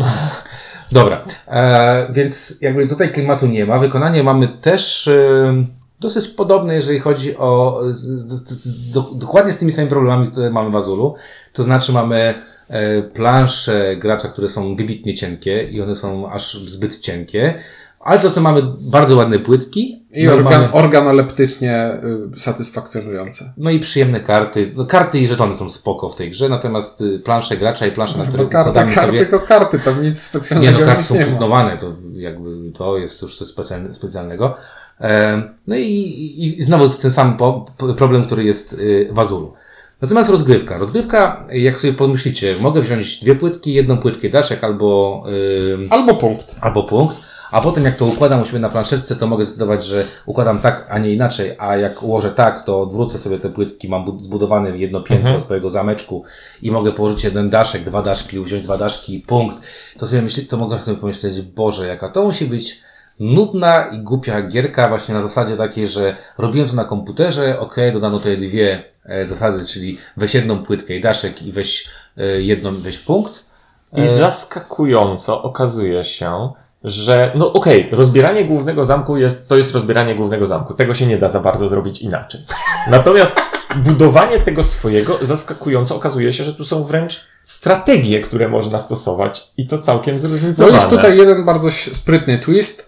Dobra, e, więc jakby tutaj klimatu nie ma. Wykonanie mamy też e, dosyć podobne, jeżeli chodzi o z, z, z, do, dokładnie z tymi samymi problemami, które mamy w Azulu. To znaczy mamy e, plansze gracza, które są wybitnie cienkie i one są aż zbyt cienkie. Ale za to mamy bardzo ładne płytki. I no organ, mamy... organoleptycznie y, satysfakcjonujące. No i przyjemne karty. No, karty i żetony są spoko w tej grze, natomiast y, plansze gracza i plansze, na których karty, karty, sobie... tylko karty, tam nic specjalnego nie no, karty są nie płótnowane, to jakby to jest już coś specjalne, specjalnego. E, no i, i, i znowu ten sam po, problem, który jest y, w Azulu. Natomiast rozgrywka. Rozgrywka, jak sobie pomyślicie, mogę wziąć dwie płytki, jedną płytkę daszek albo... Y, albo punkt. Albo punkt. A potem jak to układam u siebie na planszeczce, to mogę zdecydować, że układam tak, a nie inaczej, a jak ułożę tak, to odwrócę sobie te płytki, mam zbudowane jedno piętro mhm. swojego zameczku i mogę położyć jeden daszek, dwa daszki, wziąć dwa daszki i punkt. To sobie myśli, to mogę sobie pomyśleć, Boże, jaka to musi być nudna i głupia gierka właśnie na zasadzie takiej, że robiłem to na komputerze, ok, dodano tutaj dwie e, zasady, czyli weź jedną płytkę i daszek i weź e, jedną, weź punkt. I e... zaskakująco okazuje się, że, no okej, okay, rozbieranie głównego zamku jest, to jest rozbieranie głównego zamku. Tego się nie da za bardzo zrobić inaczej. Natomiast budowanie tego swojego zaskakująco okazuje się, że tu są wręcz strategie, które można stosować i to całkiem zróżnicowane. No jest tutaj jeden bardzo sprytny twist.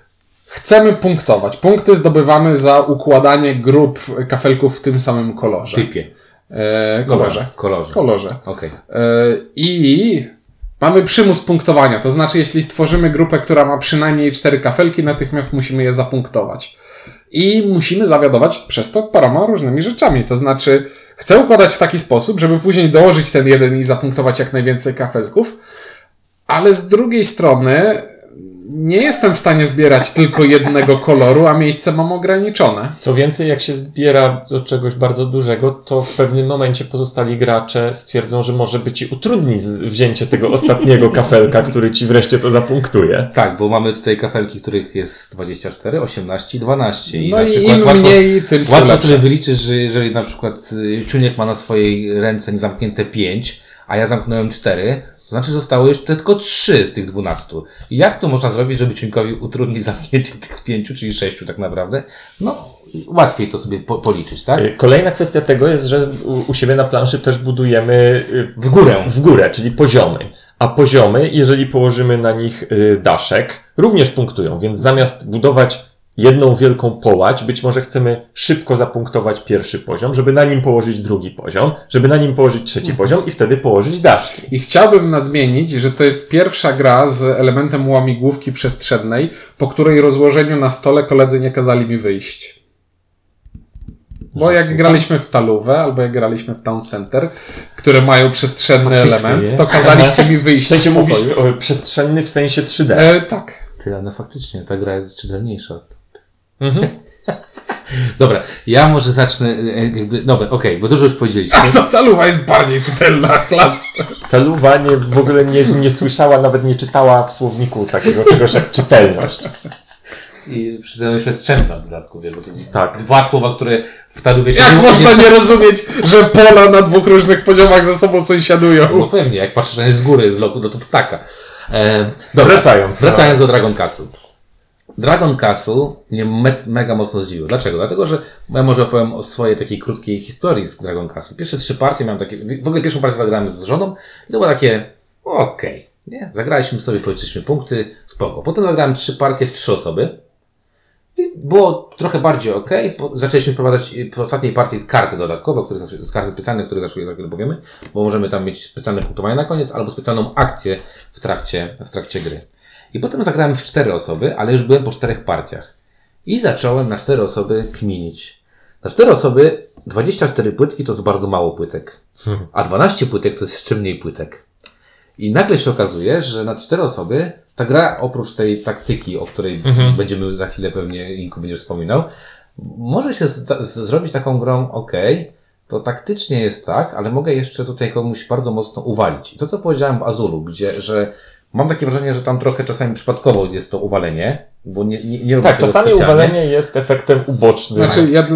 Chcemy punktować. Punkty zdobywamy za układanie grup kafelków w tym samym kolorze. Typie. E, kolorze. Kolorze. Kolorze. Okay. E, I... Mamy przymus punktowania, to znaczy jeśli stworzymy grupę, która ma przynajmniej cztery kafelki, natychmiast musimy je zapunktować. I musimy zawiadować przez to paroma różnymi rzeczami. To znaczy chcę układać w taki sposób, żeby później dołożyć ten jeden i zapunktować jak najwięcej kafelków, ale z drugiej strony nie jestem w stanie zbierać tylko jednego koloru, a miejsce mam ograniczone. Co więcej, jak się zbiera do czegoś bardzo dużego, to w pewnym momencie pozostali gracze stwierdzą, że może by ci utrudnić wzięcie tego ostatniego kafelka, który ci wreszcie to zapunktuje. Tak, bo mamy tutaj kafelki, których jest dwadzieścia cztery, osiemnaście i dwanaście. I no na i przykład im łatwo, mniej, tym łatwo sobie wyliczyć, że jeżeli na przykład Ciuniek ma na swojej ręce niezamknięte pięć, a ja zamknąłem cztery, to znaczy zostało jeszcze tylko trzy z tych dwunastu. I jak to można zrobić, żeby Ciunkowi utrudnić zamknięcie tych pięciu, czyli sześciu tak naprawdę? No, łatwiej to sobie po, policzyć, tak? Kolejna kwestia tego jest, że u, u siebie na planszy też budujemy w górę. W górę, czyli poziomy. A poziomy, jeżeli położymy na nich daszek, również punktują, więc zamiast budować jedną wielką połać, być może chcemy szybko zapunktować pierwszy poziom, żeby na nim położyć drugi poziom, żeby na nim położyć trzeci mhm. poziom i wtedy położyć daszki. I chciałbym nadmienić, że to jest pierwsza gra z elementem łamigłówki przestrzennej, po której rozłożeniu na stole koledzy nie kazali mi wyjść. Bo jak Super. graliśmy w Taluwę, albo jak graliśmy w Town Center, które mają przestrzenny faktycznie element, nie? To kazaliście mi wyjść z pokoju. Mówisz o, przestrzenny w sensie trzy D. E, tak. Ty, no faktycznie, ta gra jest czytelniejsza. Mhm. Dobra, ja może zacznę jakby, dobra, okej, okay, bo dużo już powiedzieliśmy. A to Taluwa jest bardziej czytelna, chlas. Taluwa nie, w ogóle nie, nie słyszała, nawet nie czytała w słowniku takiego czegoś jak czytelność. I czytelność przestrzenna w dodatku, wiesz, bo to tak. Dwa słowa, które w Taluwie się... Jak nie można nie rozumieć, że pola na dwóch różnych poziomach ze sobą sąsiadują? No pewnie, jak patrzysz na nie z góry, z loku, no to ptaka. E, dobra, wracając. Wracając do Dragon Castle. Dragon Castle mnie me- mega mocno zdziwił. Dlaczego? Dlatego, że ja może opowiem o swojej takiej krótkiej historii z Dragon Castle. Pierwsze trzy partie miałem takie, w ogóle pierwszą partię zagrałem z żoną i to było takie, okej, okay, nie? Zagraliśmy sobie, policzyliśmy punkty, spoko. Potem zagrałem trzy partie w trzy osoby i było trochę bardziej okej. Okay. Zaczęliśmy wprowadzać po ostatniej partii karty dodatkowe, które, karty specjalne, które za chwilę powiemy, bo możemy tam mieć specjalne punktowanie na koniec albo specjalną akcję w trakcie, w trakcie gry. I potem zagrałem w cztery osoby, ale już byłem po czterech partiach. I zacząłem na cztery osoby kminić. Na cztery osoby dwadzieścia cztery płytki to jest bardzo mało płytek, a dwanaście płytek to jest jeszcze mniej płytek. I nagle się okazuje, że na cztery osoby ta gra, oprócz tej taktyki, o której mhm. będziemy za chwilę pewnie, Inku, będziesz wspominał, może się z- z- zrobić taką grą, okej, okay, to taktycznie jest tak, ale mogę jeszcze tutaj komuś bardzo mocno uwalić. I to, co powiedziałem w Azulu, gdzie, że mam takie wrażenie, że tam trochę czasami przypadkowo jest to uwalenie, bo nie, nie, nie robię Tak, czasami uwalenie jest efektem ubocznym. Znaczy, ja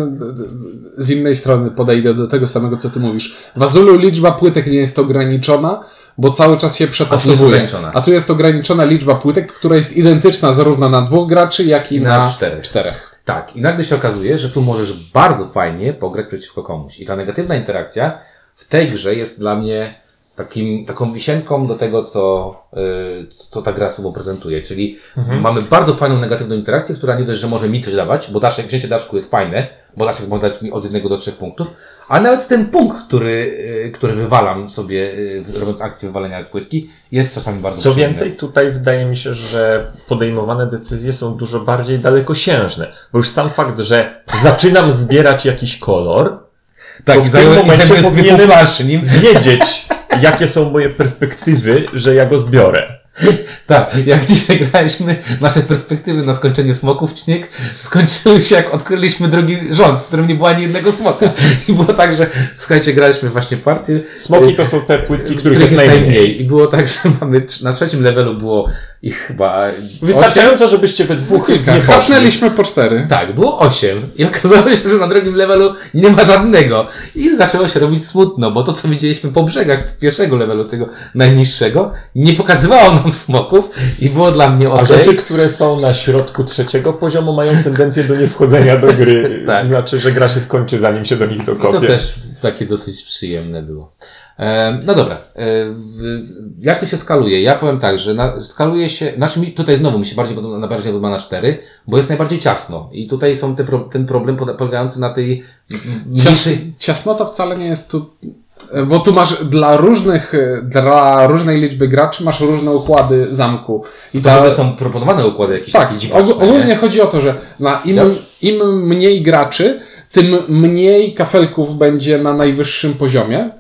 z innej strony podejdę do tego samego, co ty mówisz. W Azulu liczba płytek nie jest ograniczona, bo cały czas się przetasowuje. A, A tu jest ograniczona liczba płytek, która jest identyczna zarówno na dwóch graczy, jak i, I na, na czterech. czterech. Tak, i nagle się okazuje, że tu możesz bardzo fajnie pograć przeciwko komuś. I ta negatywna interakcja w tej grze jest dla mnie takim, taką wisienką do tego, co, yy, co ta gra sobą prezentuje. Czyli mhm. mamy bardzo fajną negatywną interakcję, która nie dość, że może mi coś dawać, bo daszek, wzięcie daszku jest fajne, bo daszek może dać mi od jednego do trzech punktów, a nawet ten punkt, który, yy, który wywalam sobie, yy, robiąc akcję wywalenia płytki, jest czasami bardzo Co przyjemny. więcej, tutaj wydaje mi się, że podejmowane decyzje są dużo bardziej dalekosiężne, bo już sam fakt, że zaczynam zbierać jakiś kolor, tak, to w tym momencie powinienem nim. wiedzieć, jakie są moje perspektywy, że ja go zbiorę. Tak, jak dzisiaj graliśmy, nasze perspektywy na skończenie smoków śnieg skończyły się, jak odkryliśmy drugi rząd, w którym nie było ani jednego smoka. I było tak, że słuchajcie, graliśmy właśnie partię. Smoki to są te płytki, których jest najmniej. najmniej. I było tak, że mamy na trzecim levelu było ich chyba wystarczająco, osiem. Żebyście we dwóch nie hasnęliśmy po cztery. Tak, było osiem. I okazało się, że na drugim levelu nie ma żadnego. I zaczęło się robić smutno, bo to, co widzieliśmy po brzegach pierwszego levelu, tego najniższego, nie pokazywało nam smoków i było dla mnie okej. A rzeczy, które są na środku trzeciego poziomu, mają tendencję do niewchodzenia do gry. Tak. Znaczy, że gra się skończy, zanim się do nich dokopie. I to też takie dosyć przyjemne było. E, no dobra. E, jak to się skaluje? Ja powiem tak, że na, skaluje się, znaczy mi, tutaj znowu mi się bardziej podoba, bardziej podoba na cztery, bo jest najbardziej ciasno. I tutaj są te, ten problem polegający na tej... Cias, ciasnota wcale nie jest tu... Bo tu masz dla różnych, dla różnej liczby graczy masz różne układy zamku. I to ta... są proponowane układy jakieś tak, takie dziwaczne. Og- ogólnie nie? chodzi o to, że na im, im mniej graczy, tym mniej kafelków będzie na najwyższym poziomie.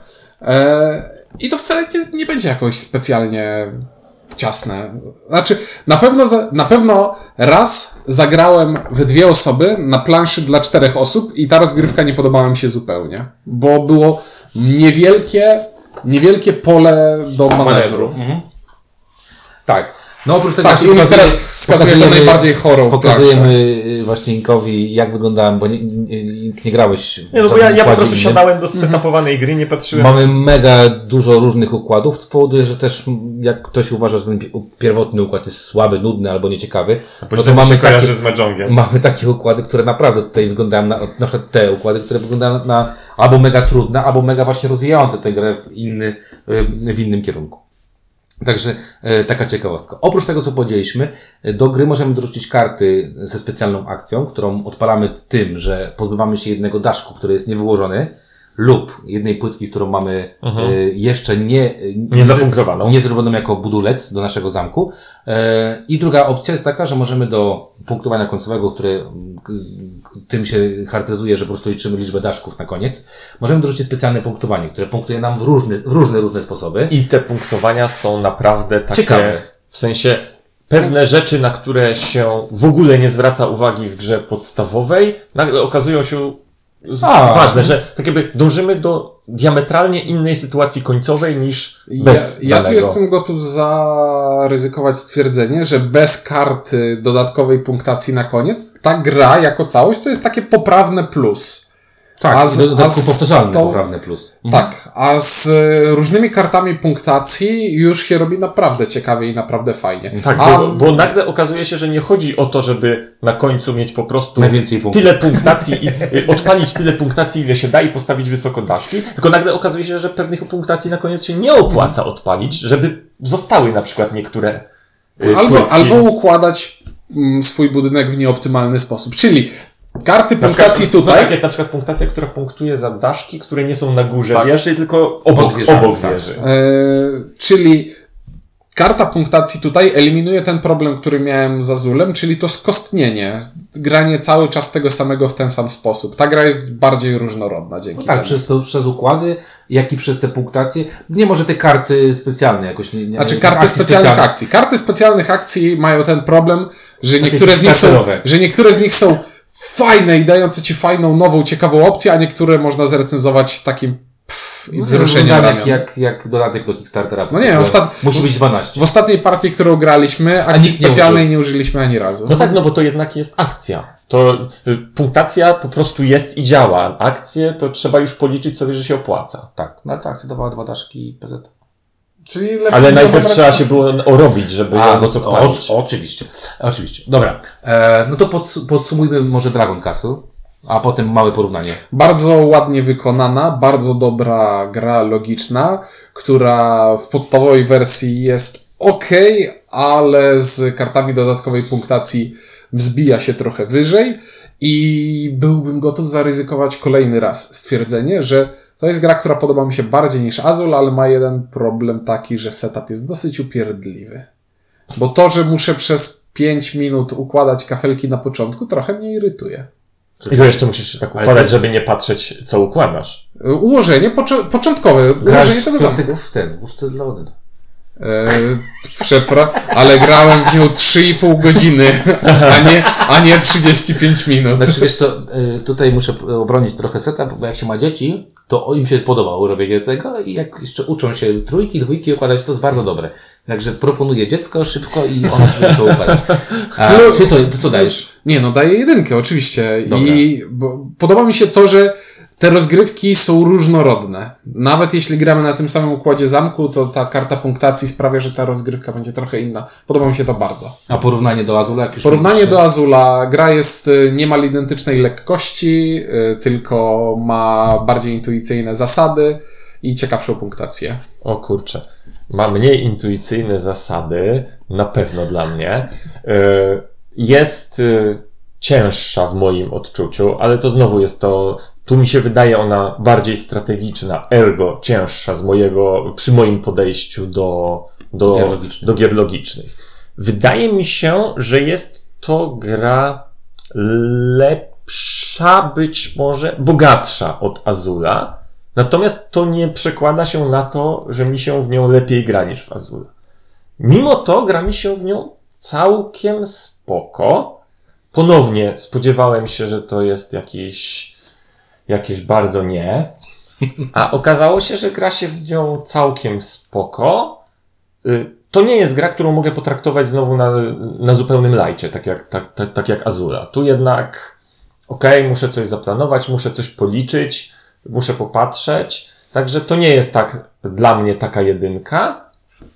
E, I to wcale nie, nie będzie jakoś specjalnie ciasne. Znaczy, na pewno, za, na pewno raz zagrałem we dwie osoby na planszy dla czterech osób i ta rozgrywka nie podobała mi się zupełnie. Bo było niewielkie, niewielkie pole do manewru. Mhm. Tak. No oprócz tego tak, i pokazuje, teraz wskazuje to najbardziej horror. Pokazujemy właśnie Inkowi, jak wyglądałem, bo nie, nie, nie grałeś w Nie, no bo ja, ja po prostu innym. siadałem do setupowanej gry, nie patrzyłem. Mamy mega dużo różnych układów, co powoduje, że też jak ktoś uważa, że ten pierwotny układ jest słaby, nudny albo nieciekawy, a no to mamy takie, z Mahjongiem. mamy takie układy, które naprawdę tutaj wyglądają na, na przykład te układy, które wyglądają na, na albo mega trudne, albo mega właśnie rozwijające tę grę w, inny, w innym kierunku. Także e, taka ciekawostka. Oprócz tego, co powiedzieliśmy, do gry możemy dorzucić karty ze specjalną akcją, którą odpalamy tym, że pozbywamy się jednego daszku, który jest niewyłożony, lub jednej płytki, którą mamy mhm. e, jeszcze nie, nie zapunktowaną, nie zrobioną jako budulec do naszego zamku. E, I druga opcja jest taka, że możemy do punktowania końcowego, które k, tym się charakteryzuje, że po prostu liczymy liczbę daszków na koniec, możemy dorzucić specjalne punktowanie, które punktuje nam w różne, w różne, różne sposoby. I te punktowania są naprawdę takie, ciekawe. W sensie pewne rzeczy, na które się w ogóle nie zwraca uwagi w grze podstawowej, nagle okazują się A, ważne, że tak jakby dążymy do diametralnie innej sytuacji końcowej niż bez Ja, ja tu jestem gotów zaryzykować stwierdzenie, że bez karty dodatkowej punktacji na koniec, ta gra jako całość to jest takie poprawne plus. Tak, a z, do dodatku powtarzalne to, poprawne plus. Mhm. Tak, a z różnymi kartami punktacji już się robi naprawdę ciekawie i naprawdę fajnie. Tak, a... bo, bo nagle okazuje się, że nie chodzi o to, żeby na końcu mieć po prostu najwięcej punktów. Tyle punktacji i odpalić tyle punktacji, ile się da i postawić wysoko daszki, tylko nagle okazuje się, że pewnych punktacji na koniec się nie opłaca odpalić, żeby zostały na przykład niektóre albo, albo układać swój budynek w nieoptymalny sposób, czyli karty na punktacji przykład, tutaj. No tak, jest na przykład punktacja, która punktuje za daszki, które nie są na górze tak. wieży, tylko obok, obok wieży. Tak. E, czyli karta punktacji tutaj eliminuje ten problem, który miałem z Azulem, czyli to skostnienie. Granie cały czas tego samego w ten sam sposób. Ta gra jest bardziej różnorodna dzięki no tak, temu. Przez, to, przez układy, jak i przez te punktacje. Nie może te karty specjalne jakoś. Nie, nie, znaczy karty specjalnych specjalne. akcji. Karty specjalnych akcji mają ten problem, że niektóre, z nich są, że niektóre z nich są fajne i dające ci fajną, nową, ciekawą opcję, a niektóre można zrecenzować takim pff, i wzruszeniem jak, jak, jak dodatek do Kickstartera. No nie, ostat... musi być dwanaście. W ostatniej partii, którą graliśmy, akcji specjalnej nie, nie użyliśmy ani razu. No tak, no bo to jednak jest akcja. To y, punktacja po prostu jest i działa. Akcje to trzeba już policzyć sobie, że się opłaca. Tak, no ale ta akcja dawała dwa daszki P Z. Czyli ale najpierw trzeba się było orobić, żeby A, no co to, o, Oczywiście, oczywiście. Dobra, e, no to pods- podsumujmy może Dragon Castle, a potem małe porównanie. Bardzo ładnie wykonana, bardzo dobra gra logiczna, która w podstawowej wersji jest okej, ale z kartami dodatkowej punktacji wzbija się trochę wyżej i byłbym gotów zaryzykować kolejny raz stwierdzenie, że to jest gra, która podoba mi się bardziej niż Azul, ale ma jeden problem taki, że setup jest dosyć upierdliwy. Bo to, że muszę przez pięć minut układać kafelki na początku, trochę mnie irytuje. I to jeszcze musisz się tak układać, to... żeby nie patrzeć, co układasz. Ułożenie poczo- początkowe, Grasz ułożenie tego zamku. w ten, w uszty dla Odyn. Eee, przepra- ale grałem w nią trzy i pół godziny, a nie, a nie trzydzieści pięć minut. Znaczy wiesz co, tutaj muszę obronić trochę setup, bo jak się ma dzieci, to im się podobało robienie tego i jak jeszcze uczą się trójki, dwójki układać, to jest bardzo dobre. Także proponuję dziecko szybko i ono się to układać. A, no, czyli co, to co dajesz? Nie, no daję jedynkę, oczywiście. Dobra. I bo podoba mi się to, że te rozgrywki są różnorodne. Nawet jeśli gramy na tym samym układzie zamku, to ta karta punktacji sprawia, że ta rozgrywka będzie trochę inna. Podoba mi się to bardzo. A porównanie do Azula? Jak już porównanie do Azula. Gra jest niemal identycznej lekkości, tylko ma bardziej intuicyjne zasady i ciekawszą punktację. O kurczę. Ma mniej intuicyjne zasady, na pewno dla mnie. Jest cięższa w moim odczuciu, ale to znowu jest to, tu mi się wydaje ona bardziej strategiczna, ergo cięższa z mojego, przy moim podejściu do, do, gier logicznych. do gier logicznych. Wydaje mi się, że jest to gra lepsza, być może bogatsza od Azula, natomiast to nie przekłada się na to, że mi się w nią lepiej gra niż w Azula. Mimo to gra mi się w nią całkiem spoko. Ponownie spodziewałem się, że to jest jakieś, jakieś bardzo nie. A okazało się, że gra się w nią całkiem spoko. To nie jest gra, którą mogę potraktować znowu na, na zupełnym lajcie, tak jak, tak, tak, tak jak Azula. Tu jednak okej, okay, muszę coś zaplanować, muszę coś policzyć, muszę popatrzeć. Także to nie jest tak dla mnie taka jedynka.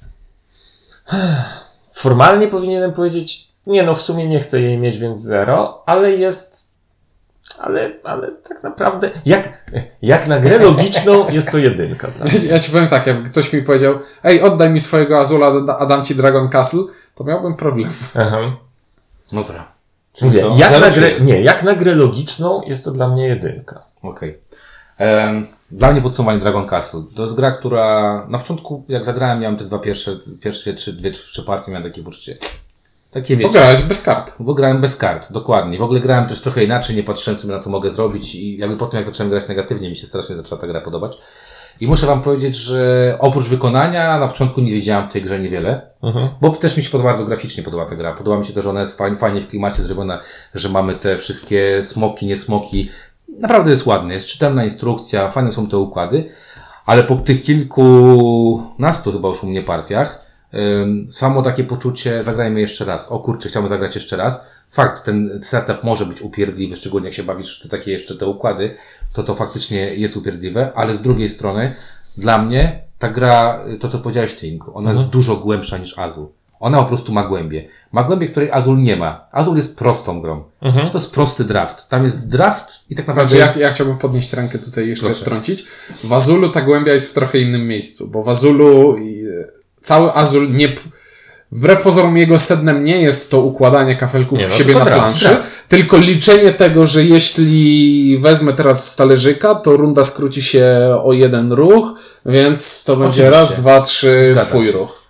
Formalnie powinienem powiedzieć, nie no, w sumie nie chcę jej mieć, więc zero, ale jest, ale, ale tak naprawdę, jak, jak na grę logiczną jest to jedynka. Dla mnie. Ja ci powiem tak, jakby ktoś mi powiedział, ej, oddaj mi swojego Azula, a dam ci Dragon Castle, to miałbym problem. Aha. Dobra. Mówię, jak na grę, nie, jak na grę logiczną jest to dla mnie jedynka. Okej. Okay. Dla mnie podsumowanie Dragon Castle. To jest gra, która na początku, jak zagrałem, miałem te dwa pierwsze, pierwsze trzy, dwie, trzy partie, miałem takie poczucie. Takie wiecie. Bo grałeś bez kart. Bo grałem bez kart, dokładnie. W ogóle grałem też trochę inaczej, nie patrzyłem sobie na co mogę zrobić i jakby potem jak zacząłem grać negatywnie, mi się strasznie zaczęła ta gra podobać. I muszę wam powiedzieć, że oprócz wykonania na początku nie wiedziałem w tej grze niewiele, mhm. bo też mi się podoba, bardzo graficznie podoba ta gra. Podoba mi się to, że ona jest fajnie, fajnie w klimacie zrobiona, że mamy te wszystkie smoki, nie smoki. Naprawdę jest ładne, jest czytelna instrukcja, fajne są te układy, ale po tych kilkunastu chyba już u mnie partiach ym, samo takie poczucie, zagrajmy jeszcze raz, o kurczę, chciałbym zagrać jeszcze raz. Fakt, ten setup może być upierdliwy, szczególnie jak się bawisz w te takie jeszcze te układy, to to faktycznie jest upierdliwe, ale z drugiej strony dla mnie ta gra, to co powiedziałeś ty, Inku, ona mhm. jest dużo głębsza niż Azul. Ona po prostu ma głębię. Ma głębię, której Azul nie ma. Azul jest prostą grą. Mhm. To jest prosty draft. Tam jest draft i tak naprawdę... Ja, ja chciałbym podnieść rękę tutaj jeszcze Proszę. wtrącić. W Azulu ta głębia jest w trochę innym miejscu, bo w Azulu cały Azul nie... Wbrew pozorom jego sednem nie jest to układanie kafelków nie, no, w siebie na planszy, draft. tylko liczenie tego, że jeśli wezmę teraz z talerzyka, to runda skróci się o jeden ruch, więc to Oczywiście. będzie raz, dwa, trzy, Zgadza twój się. ruch.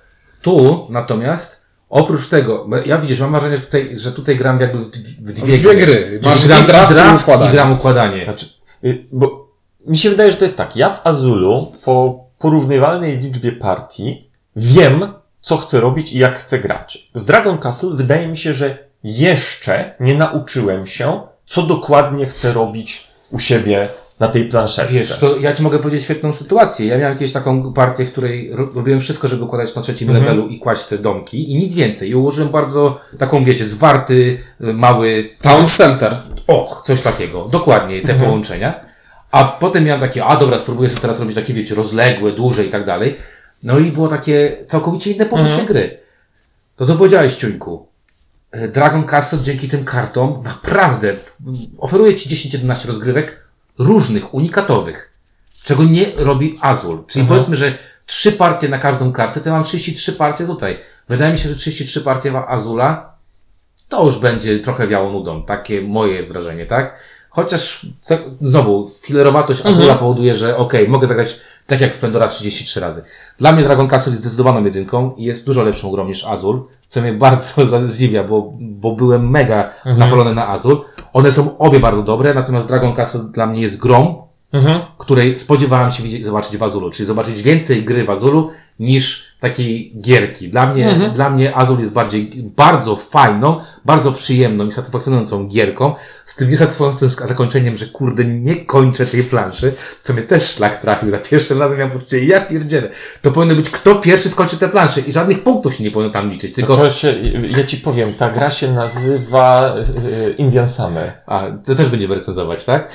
Tu natomiast, oprócz tego, ja widzisz, mam wrażenie, że tutaj, że tutaj gram jakby w, w dwie, w dwie gry. gry. Masz gram draft, i draft układanie. i gram układanie. Znaczy, y, bo mi się wydaje, że to jest tak. Ja w Azulu po porównywalnej liczbie partii wiem, co chcę robić i jak chcę grać. W Dragon Castle wydaje mi się, że jeszcze nie nauczyłem się, co dokładnie chcę robić u siebie na tej planszetce. Wiesz, to ja ci mogę powiedzieć świetną sytuację. Ja miałem kiedyś taką partię, w której ro- robiłem wszystko, żeby układać na trzecim Mhm. levelu i kłaść te domki i nic więcej. I ułożyłem bardzo taką, wiecie, zwarty, y, mały... Town Center. Och, coś takiego. Dokładnie, te Mhm. połączenia. A potem miałem takie, a dobra, spróbuję sobie teraz robić takie, wiecie, rozległe, duże i tak dalej. No i było takie całkowicie inne poczucie Mhm. gry. To co powiedziałeś, Ciuńku. Dragon Castle dzięki tym kartom naprawdę w- oferuje ci dziesięć jedenaście rozgrywek różnych, unikatowych, czego nie robi Azul. Czyli Mhm. powiedzmy, że trzy partie na każdą kartę, to ja mam trzydzieści trzy partie tutaj. Wydaje mi się, że trzydzieści trzy partie Azula to już będzie trochę wiało nudą. Takie moje jest wrażenie, tak? Chociaż co- znowu, filerowatość Azula Mhm. powoduje, że okej, okay, mogę zagrać tak jak Splendora trzydzieści trzy razy. Dla mnie Dragon Castle jest zdecydowaną jedynką i jest dużo lepszą grą niż Azul, co mnie bardzo zdziwia, bo, bo byłem mega Mhm. napalony na Azul. One są obie bardzo dobre, natomiast Dragon Castle dla mnie jest grą, Mhm. której spodziewałem się widzieć, zobaczyć w Azulu, czyli zobaczyć więcej gry w Azulu niż takiej gierki. Dla mnie, Mhm. dla mnie Azul jest bardziej, bardzo fajną, bardzo przyjemną i satysfakcjonującą gierką, z tym niesatysfakcjonującym zakończeniem, że kurde, nie kończę tej planszy, co mnie też szlak trafił. Za pierwszym razem miałem poczucie, ja pierdzielę. To powinno być, kto pierwszy skończy tę planszę i żadnych punktów się nie powinno tam liczyć, tylko... To się, ja ci powiem, ta gra się nazywa y, Indian Summer. A, to też będziemy recenzować, tak?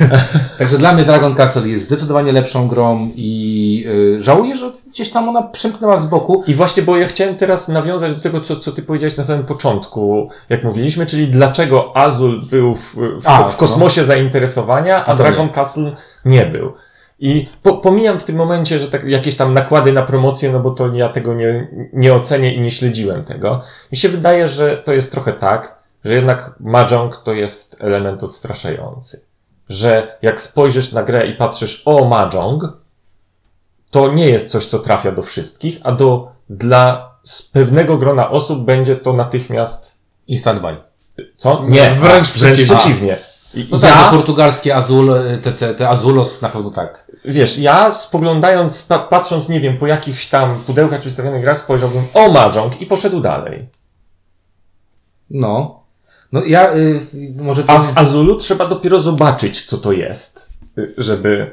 Także dla mnie Dragon Castle jest zdecydowanie lepszą grą i yy, żałuję, że gdzieś tam ona przemknęła z boku. I właśnie, bo ja chciałem teraz nawiązać do tego, co, co ty powiedziałeś na samym początku, jak mówiliśmy, czyli dlaczego Azul był w, w, A, w kosmosie zainteresowania, a A to Dragon nie. Castle nie był. I po, pomijam w tym momencie, że tak, jakieś tam nakłady na promocję, no bo to ja tego nie, nie ocenię i nie śledziłem tego. Mi się wydaje, że to jest trochę tak, że jednak Mahjong to jest element odstraszający. Że jak spojrzysz na grę i patrzysz, o Mahjong, to nie jest coś, co trafia do wszystkich, a do, dla z pewnego grona osób będzie to natychmiast, Instant buy. co? Nie, Wręcz wręcz przeciwnie. przeciwnie. I No ja, tak, te portugalskie Azul, te, te, te Azulos na pewno tak. wiesz, ja spoglądając, pa, patrząc, nie wiem, po jakichś tam pudełkach czy wystawionych grach, spojrzałbym, o Mahjong i poszedł dalej. No. No ja y, może... A w Azulu trzeba dopiero zobaczyć, co to jest, y, żeby,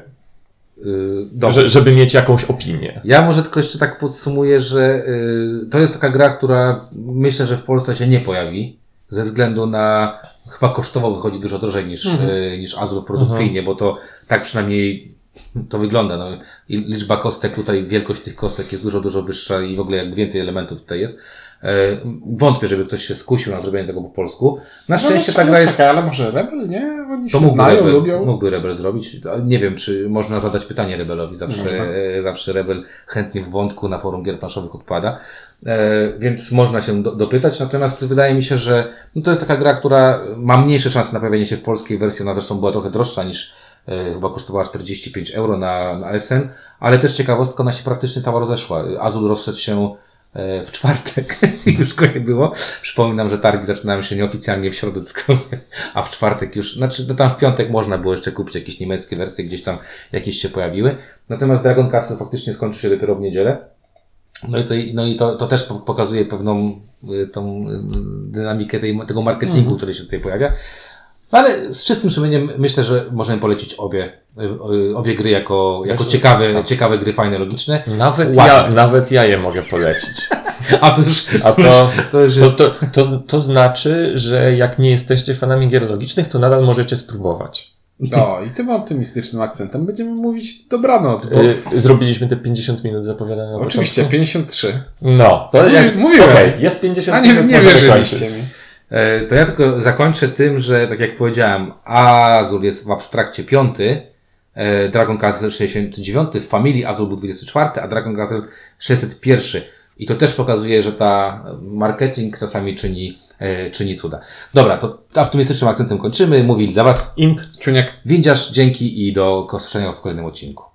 y, dobrze. że, żeby mieć jakąś opinię. Ja może tylko jeszcze tak podsumuję, że y, to jest taka gra, która myślę, że w Polsce się nie pojawi, ze względu na, chyba kosztowo wychodzi dużo drożej niż, Mhm. y, niż Azul produkcyjnie, bo to tak przynajmniej to wygląda. No, i liczba kostek tutaj, wielkość tych kostek jest dużo, dużo wyższa i w ogóle jakby więcej elementów tutaj jest. E, wątpię, żeby ktoś się skusił na zrobienie tego po polsku. Na szczęście no, ta gra jest... Czekaj, ale może Rebel, nie? Oni To się mógłby znają, Rebel, lubią. mógłby Rebel zrobić. Nie wiem, czy można zadać pytanie Rebelowi. Można. Zawsze, e, zawsze Rebel chętnie w wątku na forum gier planszowych odpada. E, więc można się do, dopytać. Natomiast wydaje mi się, że no to jest taka gra, która ma mniejsze szanse na pojawienie się w polskiej wersji. Ona zresztą była trochę droższa niż e, chyba kosztowała czterdzieści pięć euro na, na S N. Ale też ciekawostka, ona się praktycznie cała rozeszła. Azul rozszedł się w czwartek już go nie było. Przypominam, że targi zaczynają się nieoficjalnie w środę, a w czwartek już, znaczy no tam w piątek można było jeszcze kupić jakieś niemieckie wersje, gdzieś tam jakieś się pojawiły. Natomiast Dragon Castle faktycznie skończył się dopiero w niedzielę. No i to, no i to, to też pokazuje pewną y, tą y, dynamikę tej, tego marketingu, Mhm. który się tutaj pojawia. Ale z czystym sumieniem myślę, że możemy polecić obie, y, obie gry jako, jako Myślę, ciekawe, tak. ciekawe gry, fajne, logiczne. Nawet Ładne. ja, nawet ja je mogę polecić. A to już, A to, to już to, jest... to, to, to znaczy, że jak nie jesteście fanami gier logicznych, to nadal możecie spróbować. No i tym optymistycznym akcentem będziemy mówić dobranoc, bo Y, Zrobiliśmy te pięćdziesiąt minut zapowiadane na oczywiście początku. pięćdziesiąt trzy. No, to Mówi- jak... mówiłem. Okej, jest pięćdziesiąt A nie, minut, nie możemy wierzyliście kończyć. mi. E, To ja tylko zakończę tym, że tak jak powiedziałem, Azul jest w abstrakcie piąty, e, Dragon Castle sześćdziesiąty dziewiąty, w Familii Azul był dwudziesty czwarty, a Dragon Castle sześćset jeden. I to też pokazuje, że ta marketing czasami czyni, e, czyni cuda. Dobra, to optymistycznym akcentem kończymy. Mówili dla Was Imp. Czuniek. Windziarz, dzięki i do usłyszenia w kolejnym odcinku.